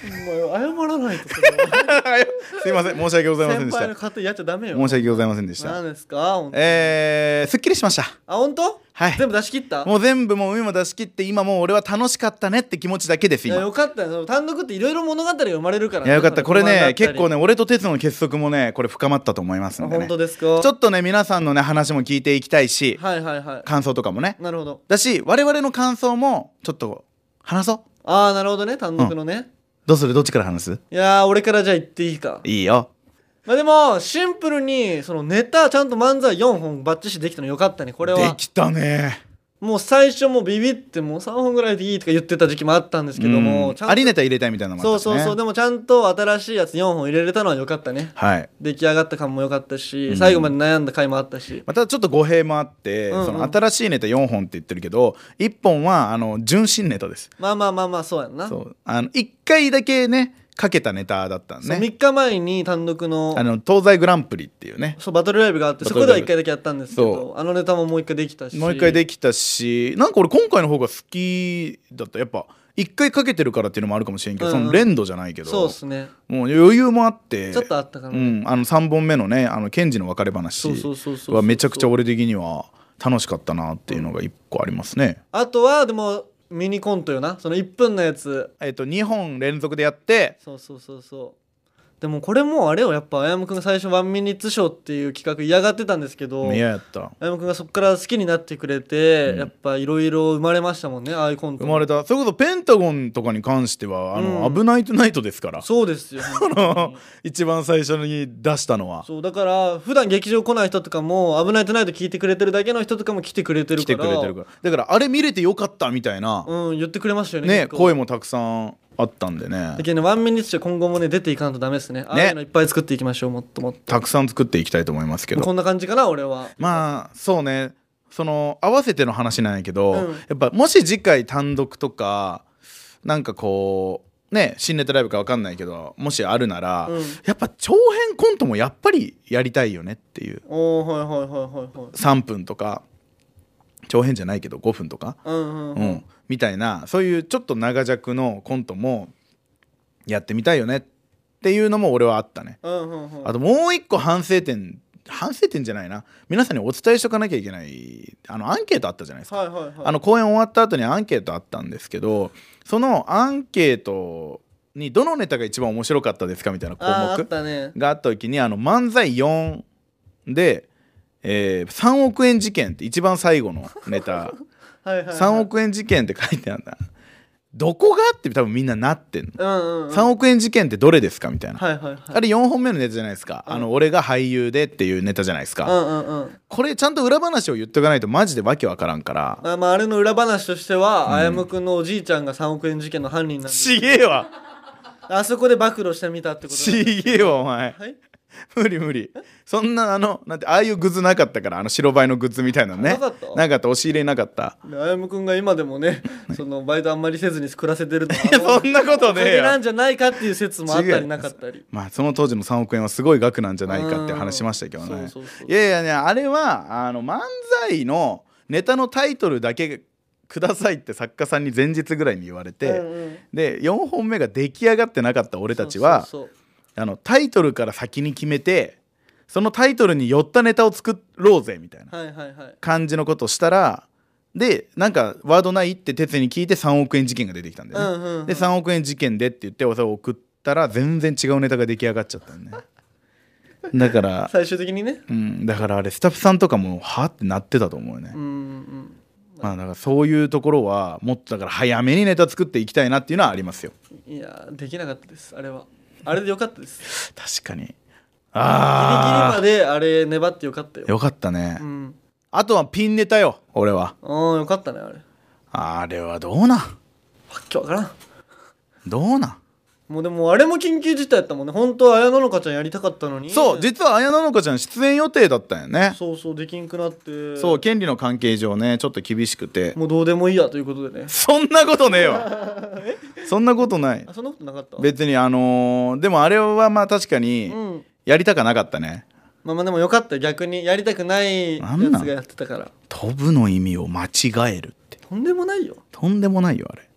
もう謝らないとそれは
すいません、申し訳ございませんでした。
先輩の方やっちゃダメよ。
申し訳ございませんでした。
何ですか本当に
すっきりしました。
あ、本当？
はい
全部出し切った？
もう全部もう海も出し切って、今もう俺は楽しかったねって気持ちだけです今。
いやよかったよ。その単独っていろいろ物語が生まれるから
いやよかった。これね結構
ね。
ね俺と哲の結束もねこれ深まったと思いますんでね。
本当ですか？
ちょっとね皆さんのね話も聞いていきたいし、
はいはいはい。
感想とかもね
なるほど。
だし、我々の感想もちょっと話そう。
ああなるほどね、単独のね。
どうする？どっちから話す？
いやー俺からじゃあ言っていいか。
いいよ。
まあでもシンプルにそのネタちゃんと漫才4本バッチシできたのよかったね。これは
できたね。
もう最初もうビビってもう3本ぐらいでいいとか言ってた時期もあったんですけども、ちゃんと
ありネタ入れたいみたいなのもあったしね。
そうそうそう。でもちゃんと新しいやつ4本入れれたのは良かったね。
はい。
出来上がった感も良かったし、最後まで悩んだ回もあったし。
またちょっと語弊もあって、
うんうん
その新しいネタ4本って言ってるけど1本は純真ネタです。
まあまあまあまあそうやんな。
そう1回だけねかけたネタだったん
そう
ね。
3日前に単独の
東西グランプリっていうね
そうバトルライブがあってそこでは1回だけやったんですけ
そ
ど、あのネタももう1回できたし、
もう1回できたし、なんか俺今回の方が好きだった。やっぱ1回かけてるからっていうのもあるかもしれんけど、
うんうん
その連動じゃないけど
そうっすね。
もう余裕もあって
ちょっとあったかな、
3本目のねケンジの別れ話
そうそうそうそう
はめちゃくちゃ俺的には楽しかったなっていうのが1個ありますね。
あとはでもミニコントよな、その1分のやつ。
2本連続でやって、
そうそうそうそう。でもこれもうあれよ、やっぱあやむくんが最初ワンミニッツショーっていう企画嫌がってたんですけど、
嫌やった。
あやむくんがそこから好きになってくれて、やっぱいろいろ生まれましたもんね、ああいうコント
生まれた。それこそペンタゴンとかに関しては危ないトゥナイトですから
そうですよ本当に
一番最初に出したのは
そうだから普段劇場来ない人とかも危ないトゥナイト聞いてくれてるだけの人とかも来てくれてる
来
から
てくれてるからだからあれ見れてよかったみたいな
言ってくれましたよね
ね
結構
声もたくさんあったんでね。
だけどねワンミニッツショー今後もね出ていかんとダメですね。ああいうのいっぱい作っていきましょう、もっともっと
たくさん作っていきたいと思いますけど、
こんな感じかな俺は。
まあそうね、その合わせての話なんやけど、
うん
やっぱもし次回単独とかなんかこうね新ネタライブか分かんないけどもしあるなら、やっぱ長編コントもやっぱりやりたいよねっていう。
おーはいはいはいはいはい。
3分とか長編じゃないけど5分とか、みたいなそういうちょっと長尺のコントもやってみたいよねっていうのも俺はあったね。あともう一個反省点じゃないな、皆さんにお伝えしとかなきゃいけないアンケートあったじゃないですか。
はいはいはい。
公演終わった後にアンケートあったんですけど、そのアンケートにどのネタが一番面白かったですかみたいな項
あ
目
ったね。
があった時に漫才4で、3億円事件って一番最後のネタ
はいはいはい、
3億円事件って書いてあるんだ。どこがって多分みんななってんの、3億円事件ってどれですかみたいな、
はいはいはい、
あれ4本目のネタじゃないですか、俺が俳優でっていうネタじゃないですか、これちゃんと裏話を言っとかないとマジでわけわからんから。
あれの裏話としては、あやむくんのおじいちゃんが3億円事件の犯人なんで
ちげえわ
あそこで暴露してみたってことなんです
ちげえわお前、
はい、
無理そんななんてああいうグッズなかったから、白バイのグッズみたいなのね、なかった押し入れなかった。
あやむくんが今でもねそのバイトあんまりせずに暮らせてると
そんなことねえよ
なんじゃないかっていう説もあったりなかったり、
まあその当時の3億円はすごい額なんじゃないかって話しましたけどね。いやいやね、あれは漫才のネタのタイトルだけくださいって作家さんに前日ぐらいに言われて、で4本目が出来上がってなかった俺たちはタイトルから先に決めて、そのタイトルに寄ったネタを作ろうぜみたいな感じのことをしたら、でなんかワードないって哲に聞いて3億円事件が出てきたんだよね、で3億円事件でって言ってそれを送ったら全然違うネタが出来上がっちゃったんねだから
最終的にね、
だからあれスタッフさんとかもはってなってたと思うよね。まあだからそういうところはもっとだから早めにネタ作っていきたいなっていうのはありますよ。い
やできなかったです、あれは。あれでよかったです
確かに。ギリギリ
まであれ粘ってよかったよ。
よかったね、あとはピンネタよ俺は。
よかったね
あれはどうなん、わ
けわからん
どうなん。
もうでもあれも緊急事態やったもんね。本当は綾乃々香ちゃんやりたかったのに。
そう実は綾乃々香ちゃん出演予定だったんよね。
そうできんくなって、
そう権利の関係上ねちょっと厳しくて、
もうどうでもいいやということでね。
そんなことねえわそんなことない。
そんなことなかった。
別にでもあれはまあ確かにやりたかなかったね、
まあでもよかった逆に。やりたくないやつがやってたから。
飛ぶの意味を間違えるって
とんでもないよ。
とんでもないよあれ。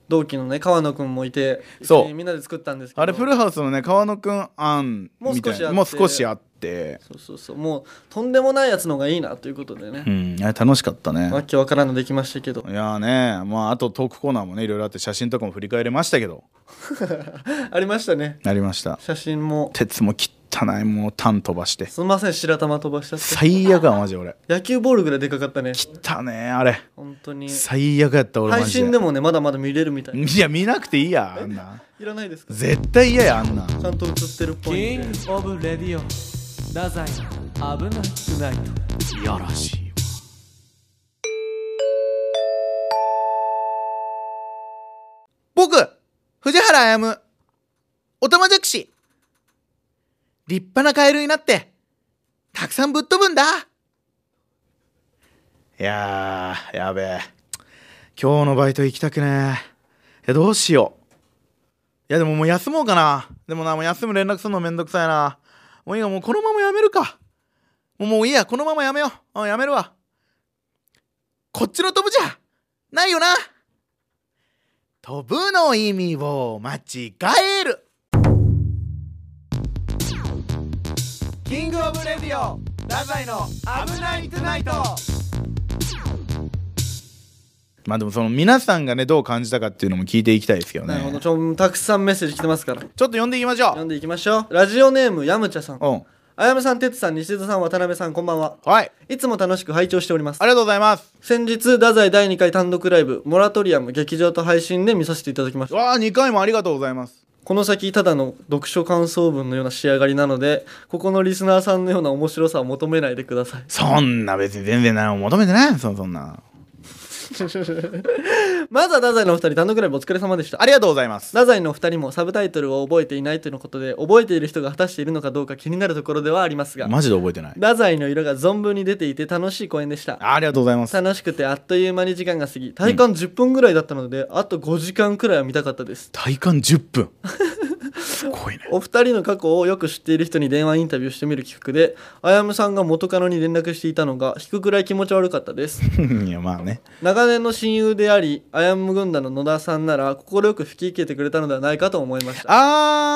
同期のね川野くんもいて
そう
一緒にみんなで作ったんですけど、
あれフルハウスのね川野くん案みたいなもう少しあって
そうもうとんでもないやつの方がいいなということでね、
あれ楽しかったね。
わけわからんのできましたけど
いやーねまああとトークコーナーもねいろいろあって写真とかも振り返れましたけど
ありましたね。
ありました。
写真も
鉄も汚いもうタン飛ばして
すみません白玉飛ばしちゃって
最悪はマジ俺
野球ボールぐらいでかかったね。
汚ねあれ
本当に
最悪やった俺マ
配
ジで。
信でもねまだまだ見れるみたいな。
いや見なくていいやあんない
らないですか。
絶対嫌やあんな。
ちゃんと映ってるっぽい
キン
んで。
グオブレディオ太宰の危なくない
いやらしいわ。僕藤原歩おたまじゃくし立派なカエルになってたくさんぶっ飛ぶんだ。いやーやべえ今日のバイト行きたくねえ。どうしよう。いやでももう休もうかな。でもなもう休む連絡するのめんどくさいな。もういいやもうこのままやめるか。もういいやこのままやめよう。やめるわ。こっちの飛ぶじゃないよな。飛ぶの意味を間違える。
キングオブレディオ太宰の危ないトゥナイト。
まあでもその皆さんがねどう感じたかっていうのも聞いていきたいですけどね。
なるほどたくさんメッセージ来てますから
ちょっと読んでいきましょ
読んでいきましょう。ラジオネームやむちゃさん、
う。
あやむさん、てつさん、西津さん、渡辺さん、こんばんは。
はい
いつも楽しく拝聴しております。
ありがとうございます。
先日太宰第2回単独ライブモラトリアム劇場と配信で見させていただきました。
わあ2回もありがとうございます。
この先ただの読書感想文のような仕上がりなのでここのリスナーさんのような面白さを求めないでください。
そんな別に全然何も求めてないそんな。
まずは太宰のお二人単独ライブお疲れ様でした。
ありがとうございます。
太宰のお二人もサブタイトルを覚えていないということで覚えている人が果たしているのかどうか気になるところではありますが
マジで覚えてない。
太宰の色が存分に出ていて楽しい公演でした。
ありがとうございます。
楽しくてあっという間に時間が過ぎ体感10分ぐらいだったので、あと5時間くらいは見たかったです。
体感10分すごいね。
お二人の過去をよく知っている人に電話インタビューしてみる企画であやむさんが元カノに連絡していたのが引くくらい気持ち悪かったです。
いやまあね。
長年の親友でありあやむ軍団の野田さんなら快く引き受けてくれたのではないかと思いました。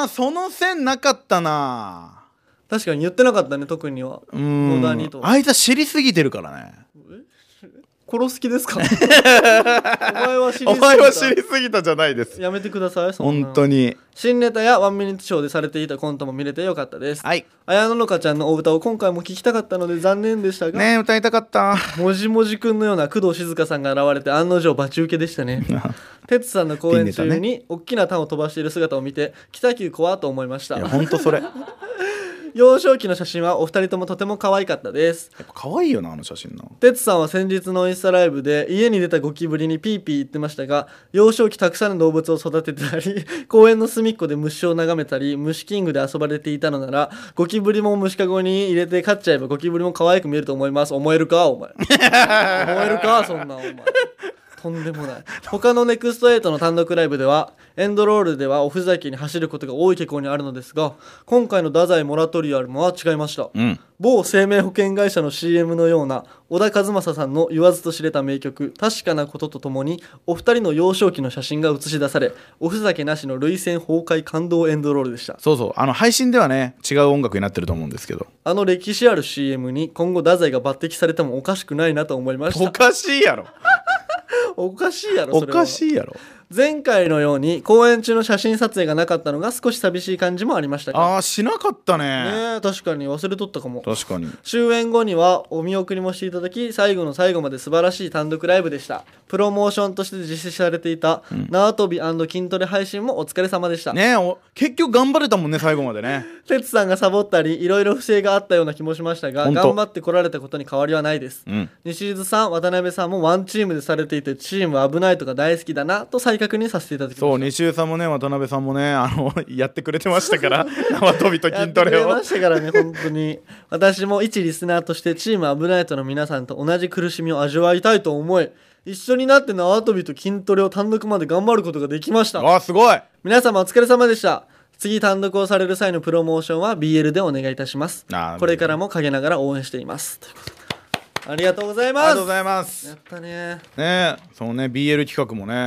その線なかったな。
確かに言ってなかったね。特には野田にと
あいつは知りすぎてるからね。
殺す気ですかお前は知りすぎた。
お前は知りすぎたじゃないです。
やめてください。そんな
本当に。
新ネタやワンミニッツショーでされていたコントも見れてよかったです。
はい
綾野のかちゃんのお歌を今回も聞きたかったので残念でしたが、
ねえ歌いたかった
もじもじくんのような工藤静香さんが現れて案の定バチ受けでしたね。哲さんの公演中
ピンネタ
に大きなタンを飛ばしている姿を見て北九怖と思いました。
いやほんとそれやっ
幼少期の写真はお二人ともとても可愛かったです。
ぱ可愛いよなあの写真な。
哲さんは先日のインスタライブで家に出たゴキブリにピーピー言ってましたが、幼少期たくさんの動物を育ててたり公園の隅っこで虫を眺めたり虫キングで遊ばれていたのならゴキブリも虫かごに入れて飼っちゃえばゴキブリも可愛く見えると思います。思えるかお前思えるかそんなお前とんでもない。他のネクスト8の単独ライブではエンドロールではおふざけに走ることが多い傾向にあるのですが、今回の太宰モラトリアルムは違いました。某生命保険会社の CM のような小田和正さんの言わずと知れた名曲確かなこととともにお二人の幼少期の写真が映し出されおふざけなしの涙腺崩壊感動エンドロールでした。
そう配信ではね違う音楽になってると思うんですけど
あの歴史ある CM に今後太宰が抜擢されてもおかしくないなと思いました。
おかしいやろ
おかしいやろ
お
それは。
かしいやろ。
前回のように公演中の写真撮影がなかったのが少し寂しい感じもありましたが
しなかったね。
ねえ確かに忘れとったかも。
確かに
終演後にはお見送りもしていただき最後の最後まで素晴らしい単独ライブでした。プロモーションとして実施されていた縄跳び&筋トレ配信もお疲れ様でした。
ねえ結局頑張れたもんね最後までね。
哲さんがサボったりいろいろ不正があったような気もしましたが
ほんと
頑張ってこられたことに変わりはないです。
うん
西津さん渡辺さんもワンチームでされていてチーム危ないとか大好きだなと再確認させていただきました。
そう西尾さんもね渡辺さんもねやってくれてましたから縄跳びと筋トレを
やってくれましたからね本当に私も一リスナーとしてチーム危ないとの皆さんと同じ苦しみを味わいたいと思い一緒になって縄跳びと筋トレを単独まで頑張ることができました。
すごい。
皆様お疲れ様でした。次単独をされる際のプロモーションは BL でお願いいたします。これからも陰ながら応援していますということでありがとうございます。
ありがとうございます。
やったね。
ねそのね BL 企画もね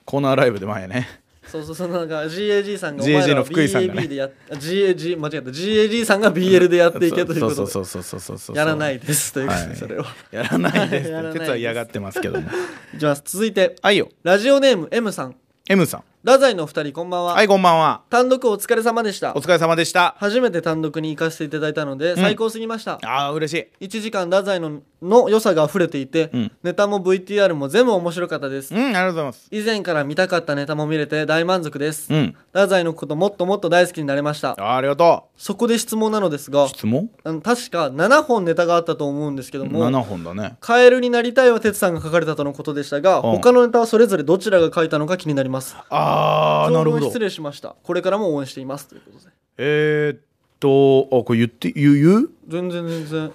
コーナーライブで前ね
そうそのなんか GAG さんが
GAG の福井さんがね
BAB でGAG 間違えた GAG さんが BL でやっていけということで
そう
やらないですということで、
はい、
それを
やらないです
やらないです
鉄は嫌がってますけども
いきます。続いて
はいよ
ラジオネーム M さん。
M さん
太宰のお二人こんばんは。
はいこんばんは。
単独お疲れ様でした。
お疲れ様でした。
初めて単独に行かせていただいたので最高すぎました、
ああ嬉しい。
1時間太宰の良さが溢れていて、ネタも VTR も全部面白かったです、
ありがとうございます。
以前から見たかったネタも見れて大満足です、
太
宰のこともっともっと大好きになれました。
ありがと
そこで質問なのですが、
質問
確か7本ネタがあったと思うんですけども、
7本だね。
カエルになりたいは哲さんが書かれたとのことでしたが、他のネタはそれぞれどちらが書いたのか気になります。
ああなるほど。
失礼しました。これからも応援していますということで。
これ言う
全然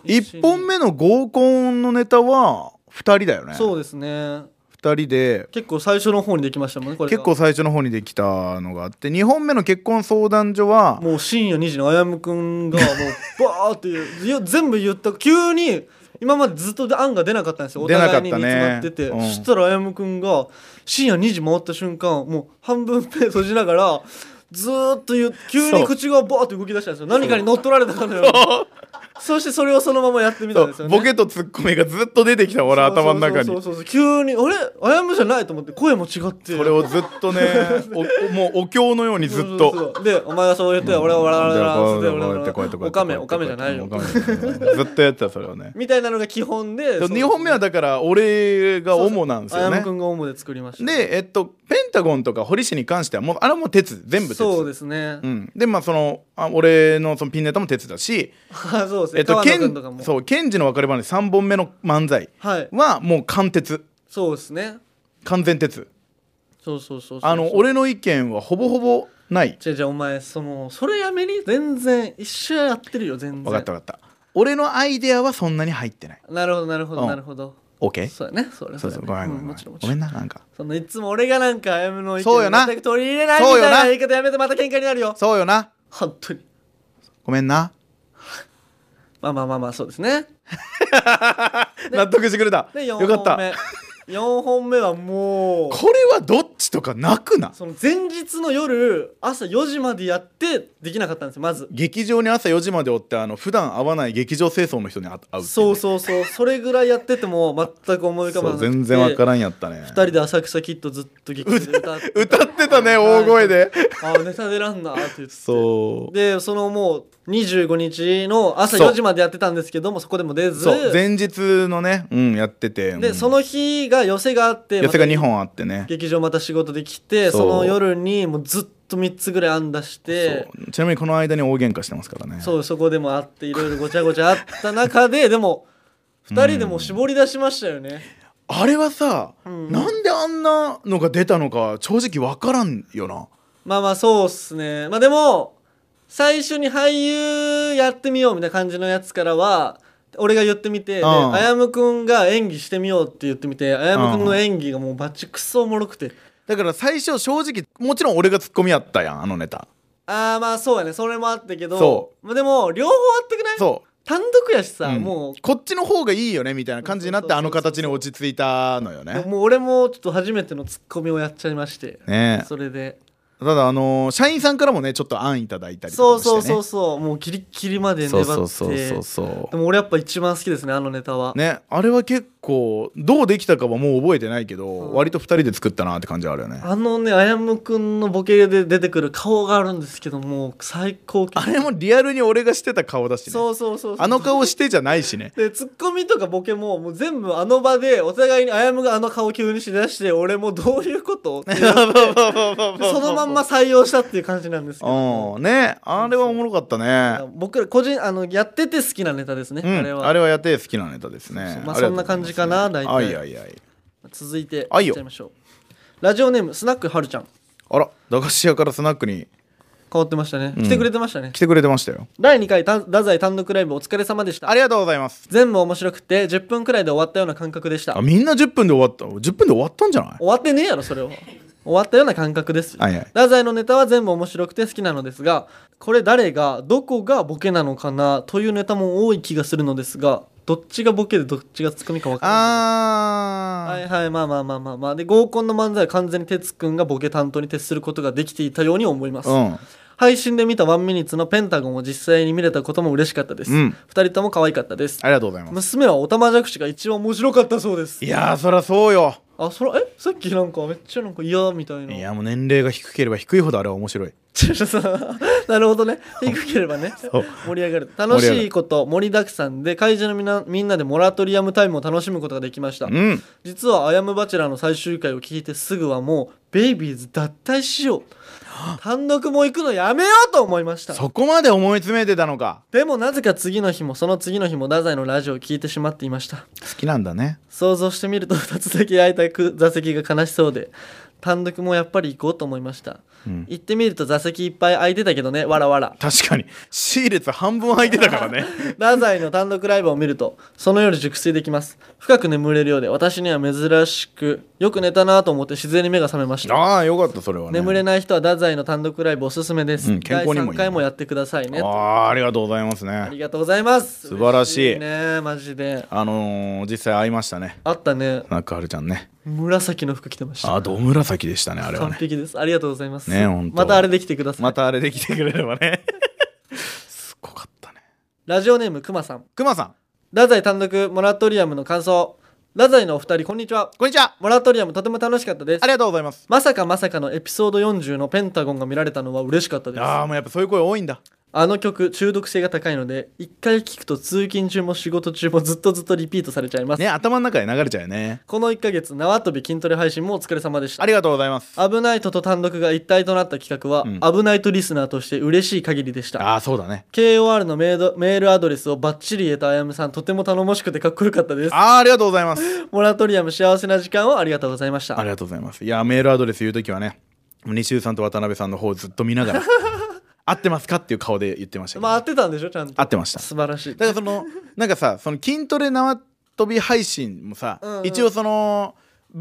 1本目の合コンのネタは2人だよね。
そうですね。
2人で
結構最初の方にできましたもんね。これ
結構最初の方にできたのがあって、2本目の結婚相談所は
もう深夜2時のあやむくんがもうバーって全部言った急に今までずっと案が出なかったんですよ。お互いに煮詰まってて、そしたらあやむくんが深夜2時回った瞬間もう半分目閉じながらずーっと急に口がバーって動き出したんですよ。何かに乗っ取られたかのように。そしてそれをそのままやってみたんですよね。
ボケとツッコミがずっと出てきた俺頭の中に。
そう急にあれあやむじゃないと思って声も違って、
それをずっとねもうお経のようにずっと
そうでお前がそう言って俺は笑
わ
おかめじゃないよ
ずっとやってたそれをね
みたいなのが基本で、
2本目はだから俺が主なんですよね。
あやむくんが主で作りました。
でペンタゴンとか堀市に関してはもうあれはもう鉄全部鉄。
そうですね。
でまあ俺のそのピンネタも鉄だし
そうですね。川野くんとかも
そうケンジの別れ話3本目の漫才はもう完鉄。
そうですね。
完全鉄。
そう
俺の意見はほぼほぼない。
じゃあお前それやめに全然一緒やってるよ全然。
分かった俺のアイデアはそんなに入ってない。
なるほど。
OK？
そうやね。そう
ごめんごめんな。なんか
いつも俺がなんかあやむの意見
そうよな
全く取り入れないみたいな言い方やめてまた喧嘩になるよ。
そうよな
本当に
ごめんな。
まあそうですね。
納得してくれた。
で
よかった
4本目はもう
これはどっちとかなくな。
その前日の夜朝4時までやってできなかったんですよ。まず
劇場に朝4時までおって普段会わない劇場清掃の人に会うっていうね。
そうそれぐらいやってても全く思い浮かばなくて
全然わからんやったね。
2人で浅草キッドずっと劇場で
歌ってたね大声で
ネタ出らんなって言って
そう
でもう25日の朝4時までやってたんですけどもそこでも出ず
前日のねやってて
でその日が寄せがあって
寄せが2本あってね
劇場また仕事で来てその夜にもうずっと3つぐらい案出して
ちなみにこの間に大喧嘩してますからね。
そこでもあっていろいろごちゃごちゃあった中ででも2人でもう絞り出しましたよね。
あれはさ、なんであんなのが出たのか正直分からんよな。
まあそうっすね。でも最初に俳優やってみようみたいな感じのやつからは俺が言ってみて、あやむくんが演技してみようって言ってみてあやむくんの演技がもうバチクソおもろくて
だから最初正直もちろん俺がツッコミやったやんネタ。
まあそうやね。それもあったけどでも両方あってくない？
そう
単独やしさ、もう
こっちの方がいいよねみたいな感じになって形に落ち着いたのよね。
もう俺もちょっと初めてのツッコミをやっちゃいまして
ね。
それで
ただ社員さんからもねちょっと案いただいたりとかしてね。
そうもうギリッギリまで粘ってでも俺やっぱ一番好きですねネタは
ね。あれは結構どうできたかはもう覚えてないけど、割と2人で作ったなって感じはあるよね。
あやむくんのボケで出てくる顔があるんですけども最高級。
あれもリアルに俺がしてた顔だしね。
そう
顔してじゃないしね。
でツッコミとかボケももう全部場でお互いにあやむが顔急にしだして俺もどういうことって言ってそのまんま採用したっていう感じなんですけど
ね。あれはおもろかったね。
僕ら個人やってて好きなネタですね、
あれはやって好きなネタですね。
そんな感じかな大体。続いていっちゃいましょう。ラジオネームスナックはるちゃん。
あら駄菓子屋からスナックに
変わってましたね。来てくれてましたね。
来てくれてましたよ。
第2回太宰単独ライブお疲れ様でした。
ありがとうございます。
全部面白くて10分くらいで終わったような感覚でした。
みんな10分で終わった。10分で終わったんじゃない？
終わってねえやろそれは。終わったような感覚です。太宰のネタは全部面白くて好きなのですがこれ誰がどこがボケなのかなというネタも多い気がするのですがどっちがボケでどっちがツッコミか分からない。はいはい、まあで合コンの漫才は完全に哲くんがボケ担当に徹することができていたように思います、配信で見たワンミニッツのペンタゴンを実際に見れたことも嬉しかったです、2人とも可愛かったです。
ありがとうございます。
娘はオタマジャクシが一番面白かったそうです。
いやーそらそうよ。
さっきなんかめっちゃなんか嫌みたいな。
いやもう年齢が低ければ低いほどあれは面白い。
なるほどね、低ければね盛り上がる。楽しいこと盛りだくさんで会場のみんなでモラトリアムタイムを楽しむことができました、実はアヤムバチェラーの最終回を聞いてすぐはもうベイビーズ脱退しよう単独も行くのやめようと思いました。
そこまで思い詰めてたのか。
でもなぜか次の日もその次の日も太宰のラジオを聞いてしまっていました。
好きなんだね。
想像してみると2つだけ空いた座席が悲しそうで単独もやっぱり行こうと思いました、行ってみると座席いっぱい空いてたけどね、わらわら。
確かに C 列半分空いてたからね
太宰の単独ライブを見るとその夜熟睡できます。深く眠れるようで私には珍しくよく寝たなと思って自然に目が覚めました。
ああよかった。それはね、
眠れない人は太宰の単独ライブおすすめです、
健康にもいい。
第3回もやってくださいね。
ありがとうございますね。
ありがとうございます。
素晴らしい
ね、マジで
実際会いましたね。
あったね。
中春ちゃんね、
紫の服着てました。
ど紫でしたね。あれはね
完璧です。ありがとうございます
ね。本当
またあれできてください。
またあれできてくれればねすごかったね。
ラジオネームくまさん。
くまさん、
太宰単独モラトリアムの感想。太宰のお二人こんにちは。
こんにちは。
モラトリアムとても楽しかったです。
ありがとうございます。
まさかのエピソード40のペンタゴンが見られたのは嬉しかったです。
もうやっぱそういう声多いんだ。
あの曲中毒性が高いので一回聴くと通勤中も仕事中もずっとリピートされちゃいます
ね。頭の中で流れちゃうよね。
この1ヶ月縄跳び筋トレ配信もお疲れ様でした。
ありがとうございます。
危ないとと単独が一体となった企画は、危ないとリスナーとして嬉しい限りでした。
そうだね。
KOR のメールアドレスをバッチリ得たあやむさんとても頼もしくてかっこよかったです。
ありがとうございます。
モラトリアム幸せな時間をありがとうございました。
ありがとうございます。いやメールアドレス言うときはね、西尾さんと渡辺さんの方をずっと見ながら合ってますかっていう顔で言ってましたけど、
合ってたんでしょ。ちゃんと
合ってました。
素晴らしい。
だからなんかさ、その筋トレ縄跳び配信もさ、一応その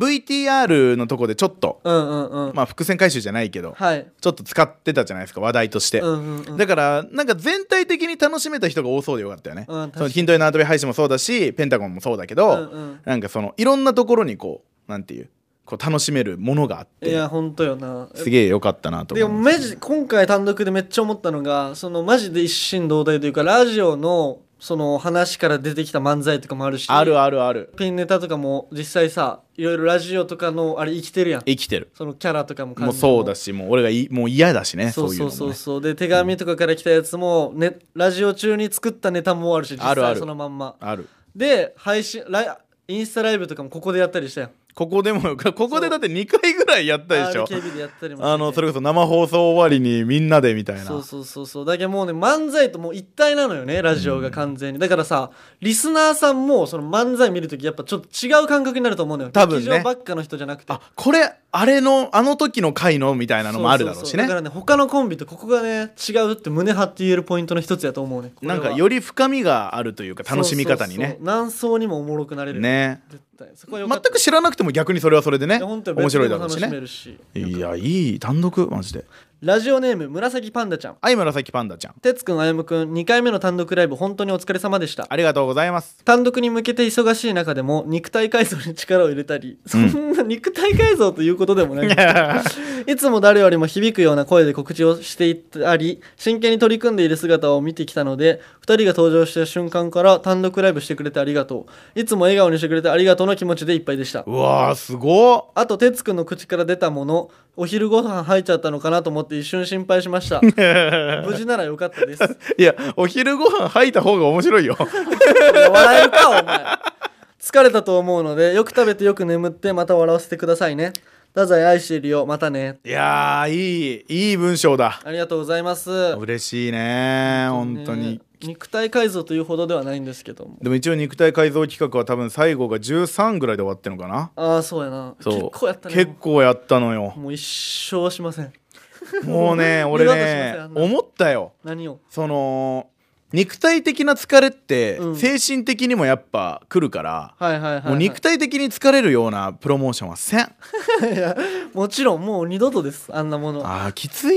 VTR のとこでちょっと、伏線回収じゃないけど、ちょっと使ってたじゃないですか、話題として、だからなんか全体的に楽しめた人が多そうでよかったよね、その筋トレ縄跳び配信もそうだしペンタゴンもそうだけど、なんかそのいろんなところにこうなんていう楽しめるものがあって、
いや本当よな、
すげえ良かったなと思います。
でもマジ今回単独でめっちゃ思ったのが、そのマジで一心同体というか、ラジオのその話から出てきた漫才とかもあるし、
ある
ピンネタとかも実際さ、いろいろラジオとかのあれ生きてるやん。
生きてる。
そのキャラとかも
もうそうだし、もう俺がもう嫌だしね、
そう
いうのもね。
そうで手紙とかから来たやつも、ラジオ中に作ったネタもあるし、実際そのまんま
ある。
で配信インスタライブとかもここでやったりしたやん。ここでだって
2回ぐらいやったでしょ。
RKB でやったりもして、
それこそ生放送終わりにみんなでみたいな。
そうだけどもうね、漫才ともう一体なのよね、ラジオが完全に。だからさ、リスナーさんもその漫才見るときやっぱちょっと違う感覚になると思うのよ。
多分ね、
劇場ばっかの人じゃなくて、
これあの時の回のみたいなのもあるだろうしね。
だからね、他のコンビとここがね違うって胸張って言えるポイントの一つやと思うね。
なんかより深みがあるというか、楽しみ方にね、
何層にもおもろくなれる
ね。
絶対そこはよかった。
全く知らなくても逆にそれはそれでね、
面
白いだろうしね。いやいい単独マジで。
ラジオネーム紫パンダちゃん。
はい、紫パンダちゃん。
てつくんあやむくん、2回目の単独ライブ本当にお疲れ様でした。
ありがとうございます。
単独に向けて忙しい中でも肉体改造に力を入れたり、そんな肉体改造ということでもないんですけどいつも誰よりも響くような声で告知をしていったり真剣に取り組んでいる姿を見てきたので、2人が登場した瞬間から単独ライブしてくれてありがとう、いつも笑顔にしてくれてありがとうの気持ちでいっぱいでした。
うわーすごっ。
あとてつくんの口から出たもの、お昼ご飯入っちゃったのかなと思って一瞬心配しました無事ならよかったです
いやお昼ご飯入った方が面白いよ
笑えるかお前。疲れたと思うのでよく食べてよく眠ってまた笑わせてくださいね。太宰愛しているよ、またね。
いやーいい文章だ。
ありがとうございます。
嬉しいね本当に。
肉体改造というほどではないんですけども、
でも一応肉体改造企画は多分最後が13ぐらいで終わってんのかな。
ああそうやな。結構やったね。
結構やったのよ。
もう一生しません
もうね俺ね思ったよ。
何を。
その肉体的な疲れって精神的にもやっぱ来るから、もう肉体的に疲れるようなプロモーションはせんい
やもちろんもう二度とです、あんなもの。
きついもん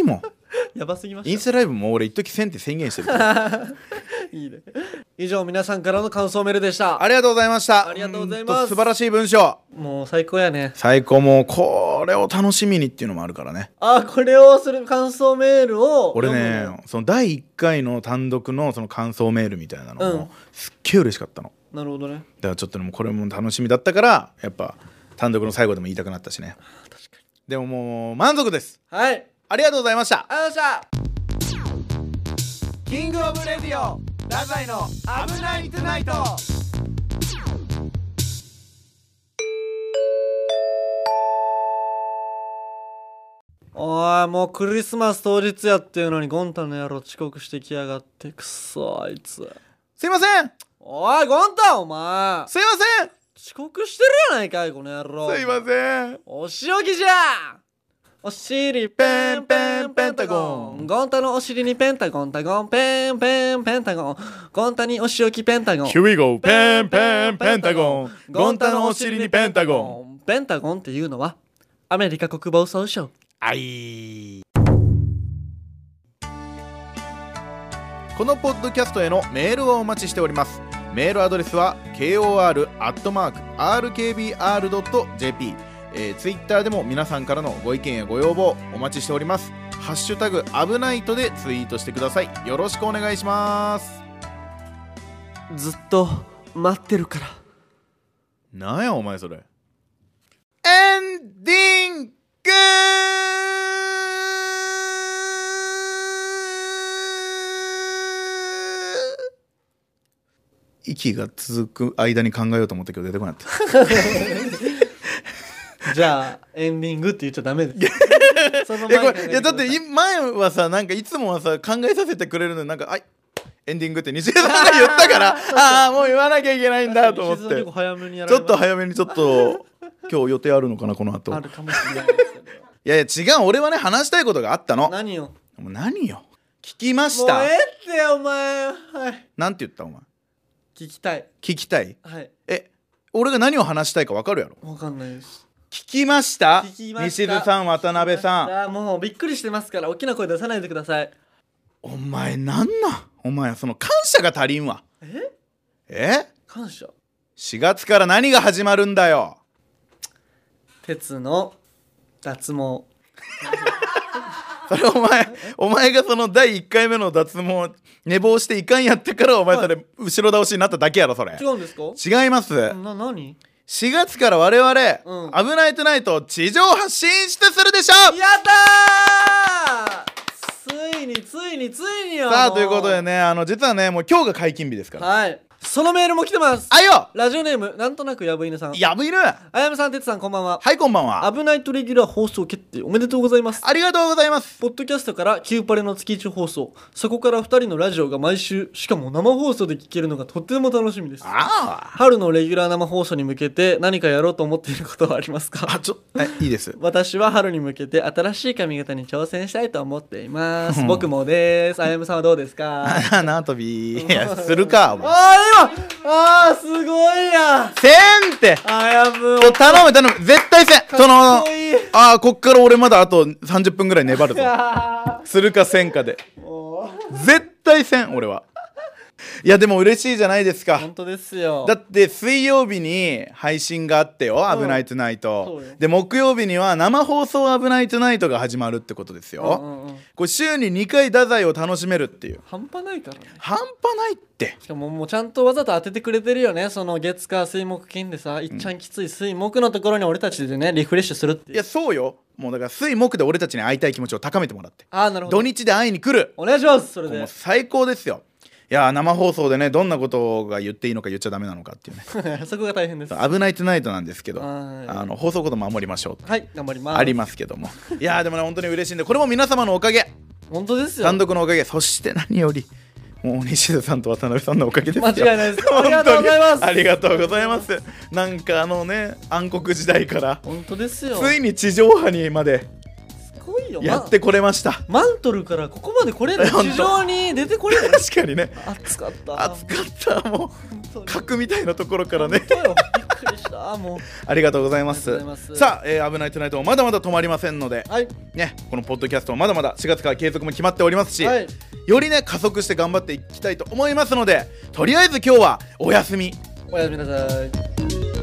やばすぎまし
インスタライブも俺一時1000って宣言してる
たいいね。以上皆さんからの感想メールでした。
ありがとうございました。
ありがとうございます
素晴らしい文章。
もう最高やね。
最高。もうこれを楽しみにっていうのもあるからね。
これをする感想メールを
俺
読むの
ね、その第1回の単独のその感想メールみたいなの
うん
もすっげえ嬉しかったの。
なるほどね。
だからちょっとねもうこれも楽しみだったからやっぱ単独の最後でも言いたくなったしね。
確かに。
でももう満足です。
はい
ありがとうございました。
ありがとうございました。
キングオブレディオ太宰の危ないトゥナイト。
おいもうクリスマス当日やっていうのにゴンタの野郎遅刻してきやがって。くそあいつ。
すいません
おいゴンタお前
すいません
遅刻してるやないかいこの野郎。
すいません。
お仕置きじゃ。お尻ペンペンペンタゴン。ゴンタのお尻にペンタゴンタゴンペンペンペンタゴン。ゴンタにお仕置きペンタゴン。
Here we go ペンペンペンタゴン。ゴンタのお尻にペンタゴン。
ペンタゴンっていうのはアメリカ国防総省。
あい。このポッドキャストへのメールをお待ちしております。メールアドレスは kor@rkbr.jp。ツイッターでも皆さんからのご意見やご要望お待ちしております。ハッシュタグ危ないとでツイートしてください。よろしくお願いします。
ずっと待ってるから。
なんやお前それ。エンディング。息が続く間に考えようと思ったけど出てこなかった
じゃあエンディングって言っちゃダメですその
いや
前に
これいやだって前はさなんかいつもはさ考えさせてくれるのになんかエンディングって西江さんが言ったからああもう言わなきゃいけないんだと思って
結構早めにやら
ちょ
れます
っと早めにちょっと今日予定あるのかなこの後。
あるかもしれないですけど。
いやいや違う俺はね話したいことがあったの。
何よ
もう何よ聞きました。
もうええってお前。はい
なんて言ったお前。
聞きたい。
聞きたい。
はい
俺が何を話したいか分かるやろ。
わかんないです。
聞きました。
聞きました。
西津さん渡辺さん。
もうびっくりしてますから大きな声出さないでください。
お前なんお前その感謝が足りんわ。
感謝。
4月から何が始まるんだよ。
鉄の脱毛。
それお前がその第1回目の脱毛寝坊していかんやってからお前それ後ろ倒しになっただけやろそれ。
違うんですか。
違います。
何
4月から我々、危ないトゥナイト地上波進出するでしょ。
やったー。ついによ。
さあということでね実はねもう今日が解禁日ですから。
はいそのメールも来てます。
あよ
ラジオネームなんとなくやぶ犬さん。
やぶいる。
あやむさん、てつさん、こんばんは。
はいこんばんは。
危ないとレギュラー放送決定おめでとうございます。
ありがとうございます。
ポッドキャストからキューパレの月1放送、そこから2人のラジオが毎週しかも生放送で聞けるのがとっても楽しみです。春のレギュラー生放送に向けて何かやろうと思っていることはありますか。
いいです。
私は春に向けて新しい髪型に挑戦したいと思っています。僕もです。あやむさんはどうですか。
縄跳びするか。
すごいや。
せんって
あやむ
頼む絶対せん。その
こ
こっから俺まだあと30分ぐらい粘るぞするかせんかで絶対せん俺は。いやでも嬉しいじゃないですか。
本当ですよ。
だって水曜日に配信があってよ、危ないトゥナイトで、木曜日には生放送危ないトゥナイトが始まるってことですよ。これ週に2回太宰を楽しめるっていう。
半端ないからね。
半端ないって。
しかももうちゃんとわざと当ててくれてるよね。その月火水木金でさ、いっちゃんきつい水木のところに俺たちでねリフレッシュするっていう。
いやそうよ。もうだから水木で俺たちに会いたい気持ちを高めてもらって、
なるほど。
土日で会いに来る。
お願いします。それで
もう最高ですよ。いや生放送でねどんなことが言っていいのか言っちゃダメなのかっていうね
そこが大変です。
危ないトゥナイトなんですけど放送こと守りましょう。
はい頑張ります。
ありますけどもいやでもね本当に嬉しいんで、これも皆様のおかげ。
本当ですよ。
単独のおかげ、そして何よりもう西田さんと渡辺さんのおかげですよ。
間違いないです。ありがとうございます。
ありがとうございます。なんか暗黒時代から
本当ですよ。
ついに地上波にまでやってこれました。
マントルからここまで来れる。地上に出てこれる。
確かにね。
暑かった。
暑かった。もう核みたいなところからね。
びっくくりしたもう
ありがとうございま
ありがとうございます
す。さあ、危ないトゥナイトもまだまだ止まりませんので、
はい
ね、このポッドキャストもまだまだ4月から継続も決まっておりますし、
はい
よりね加速して頑張っていきたいと思いますので、とりあえず今日はお休み。
おやすみなさい。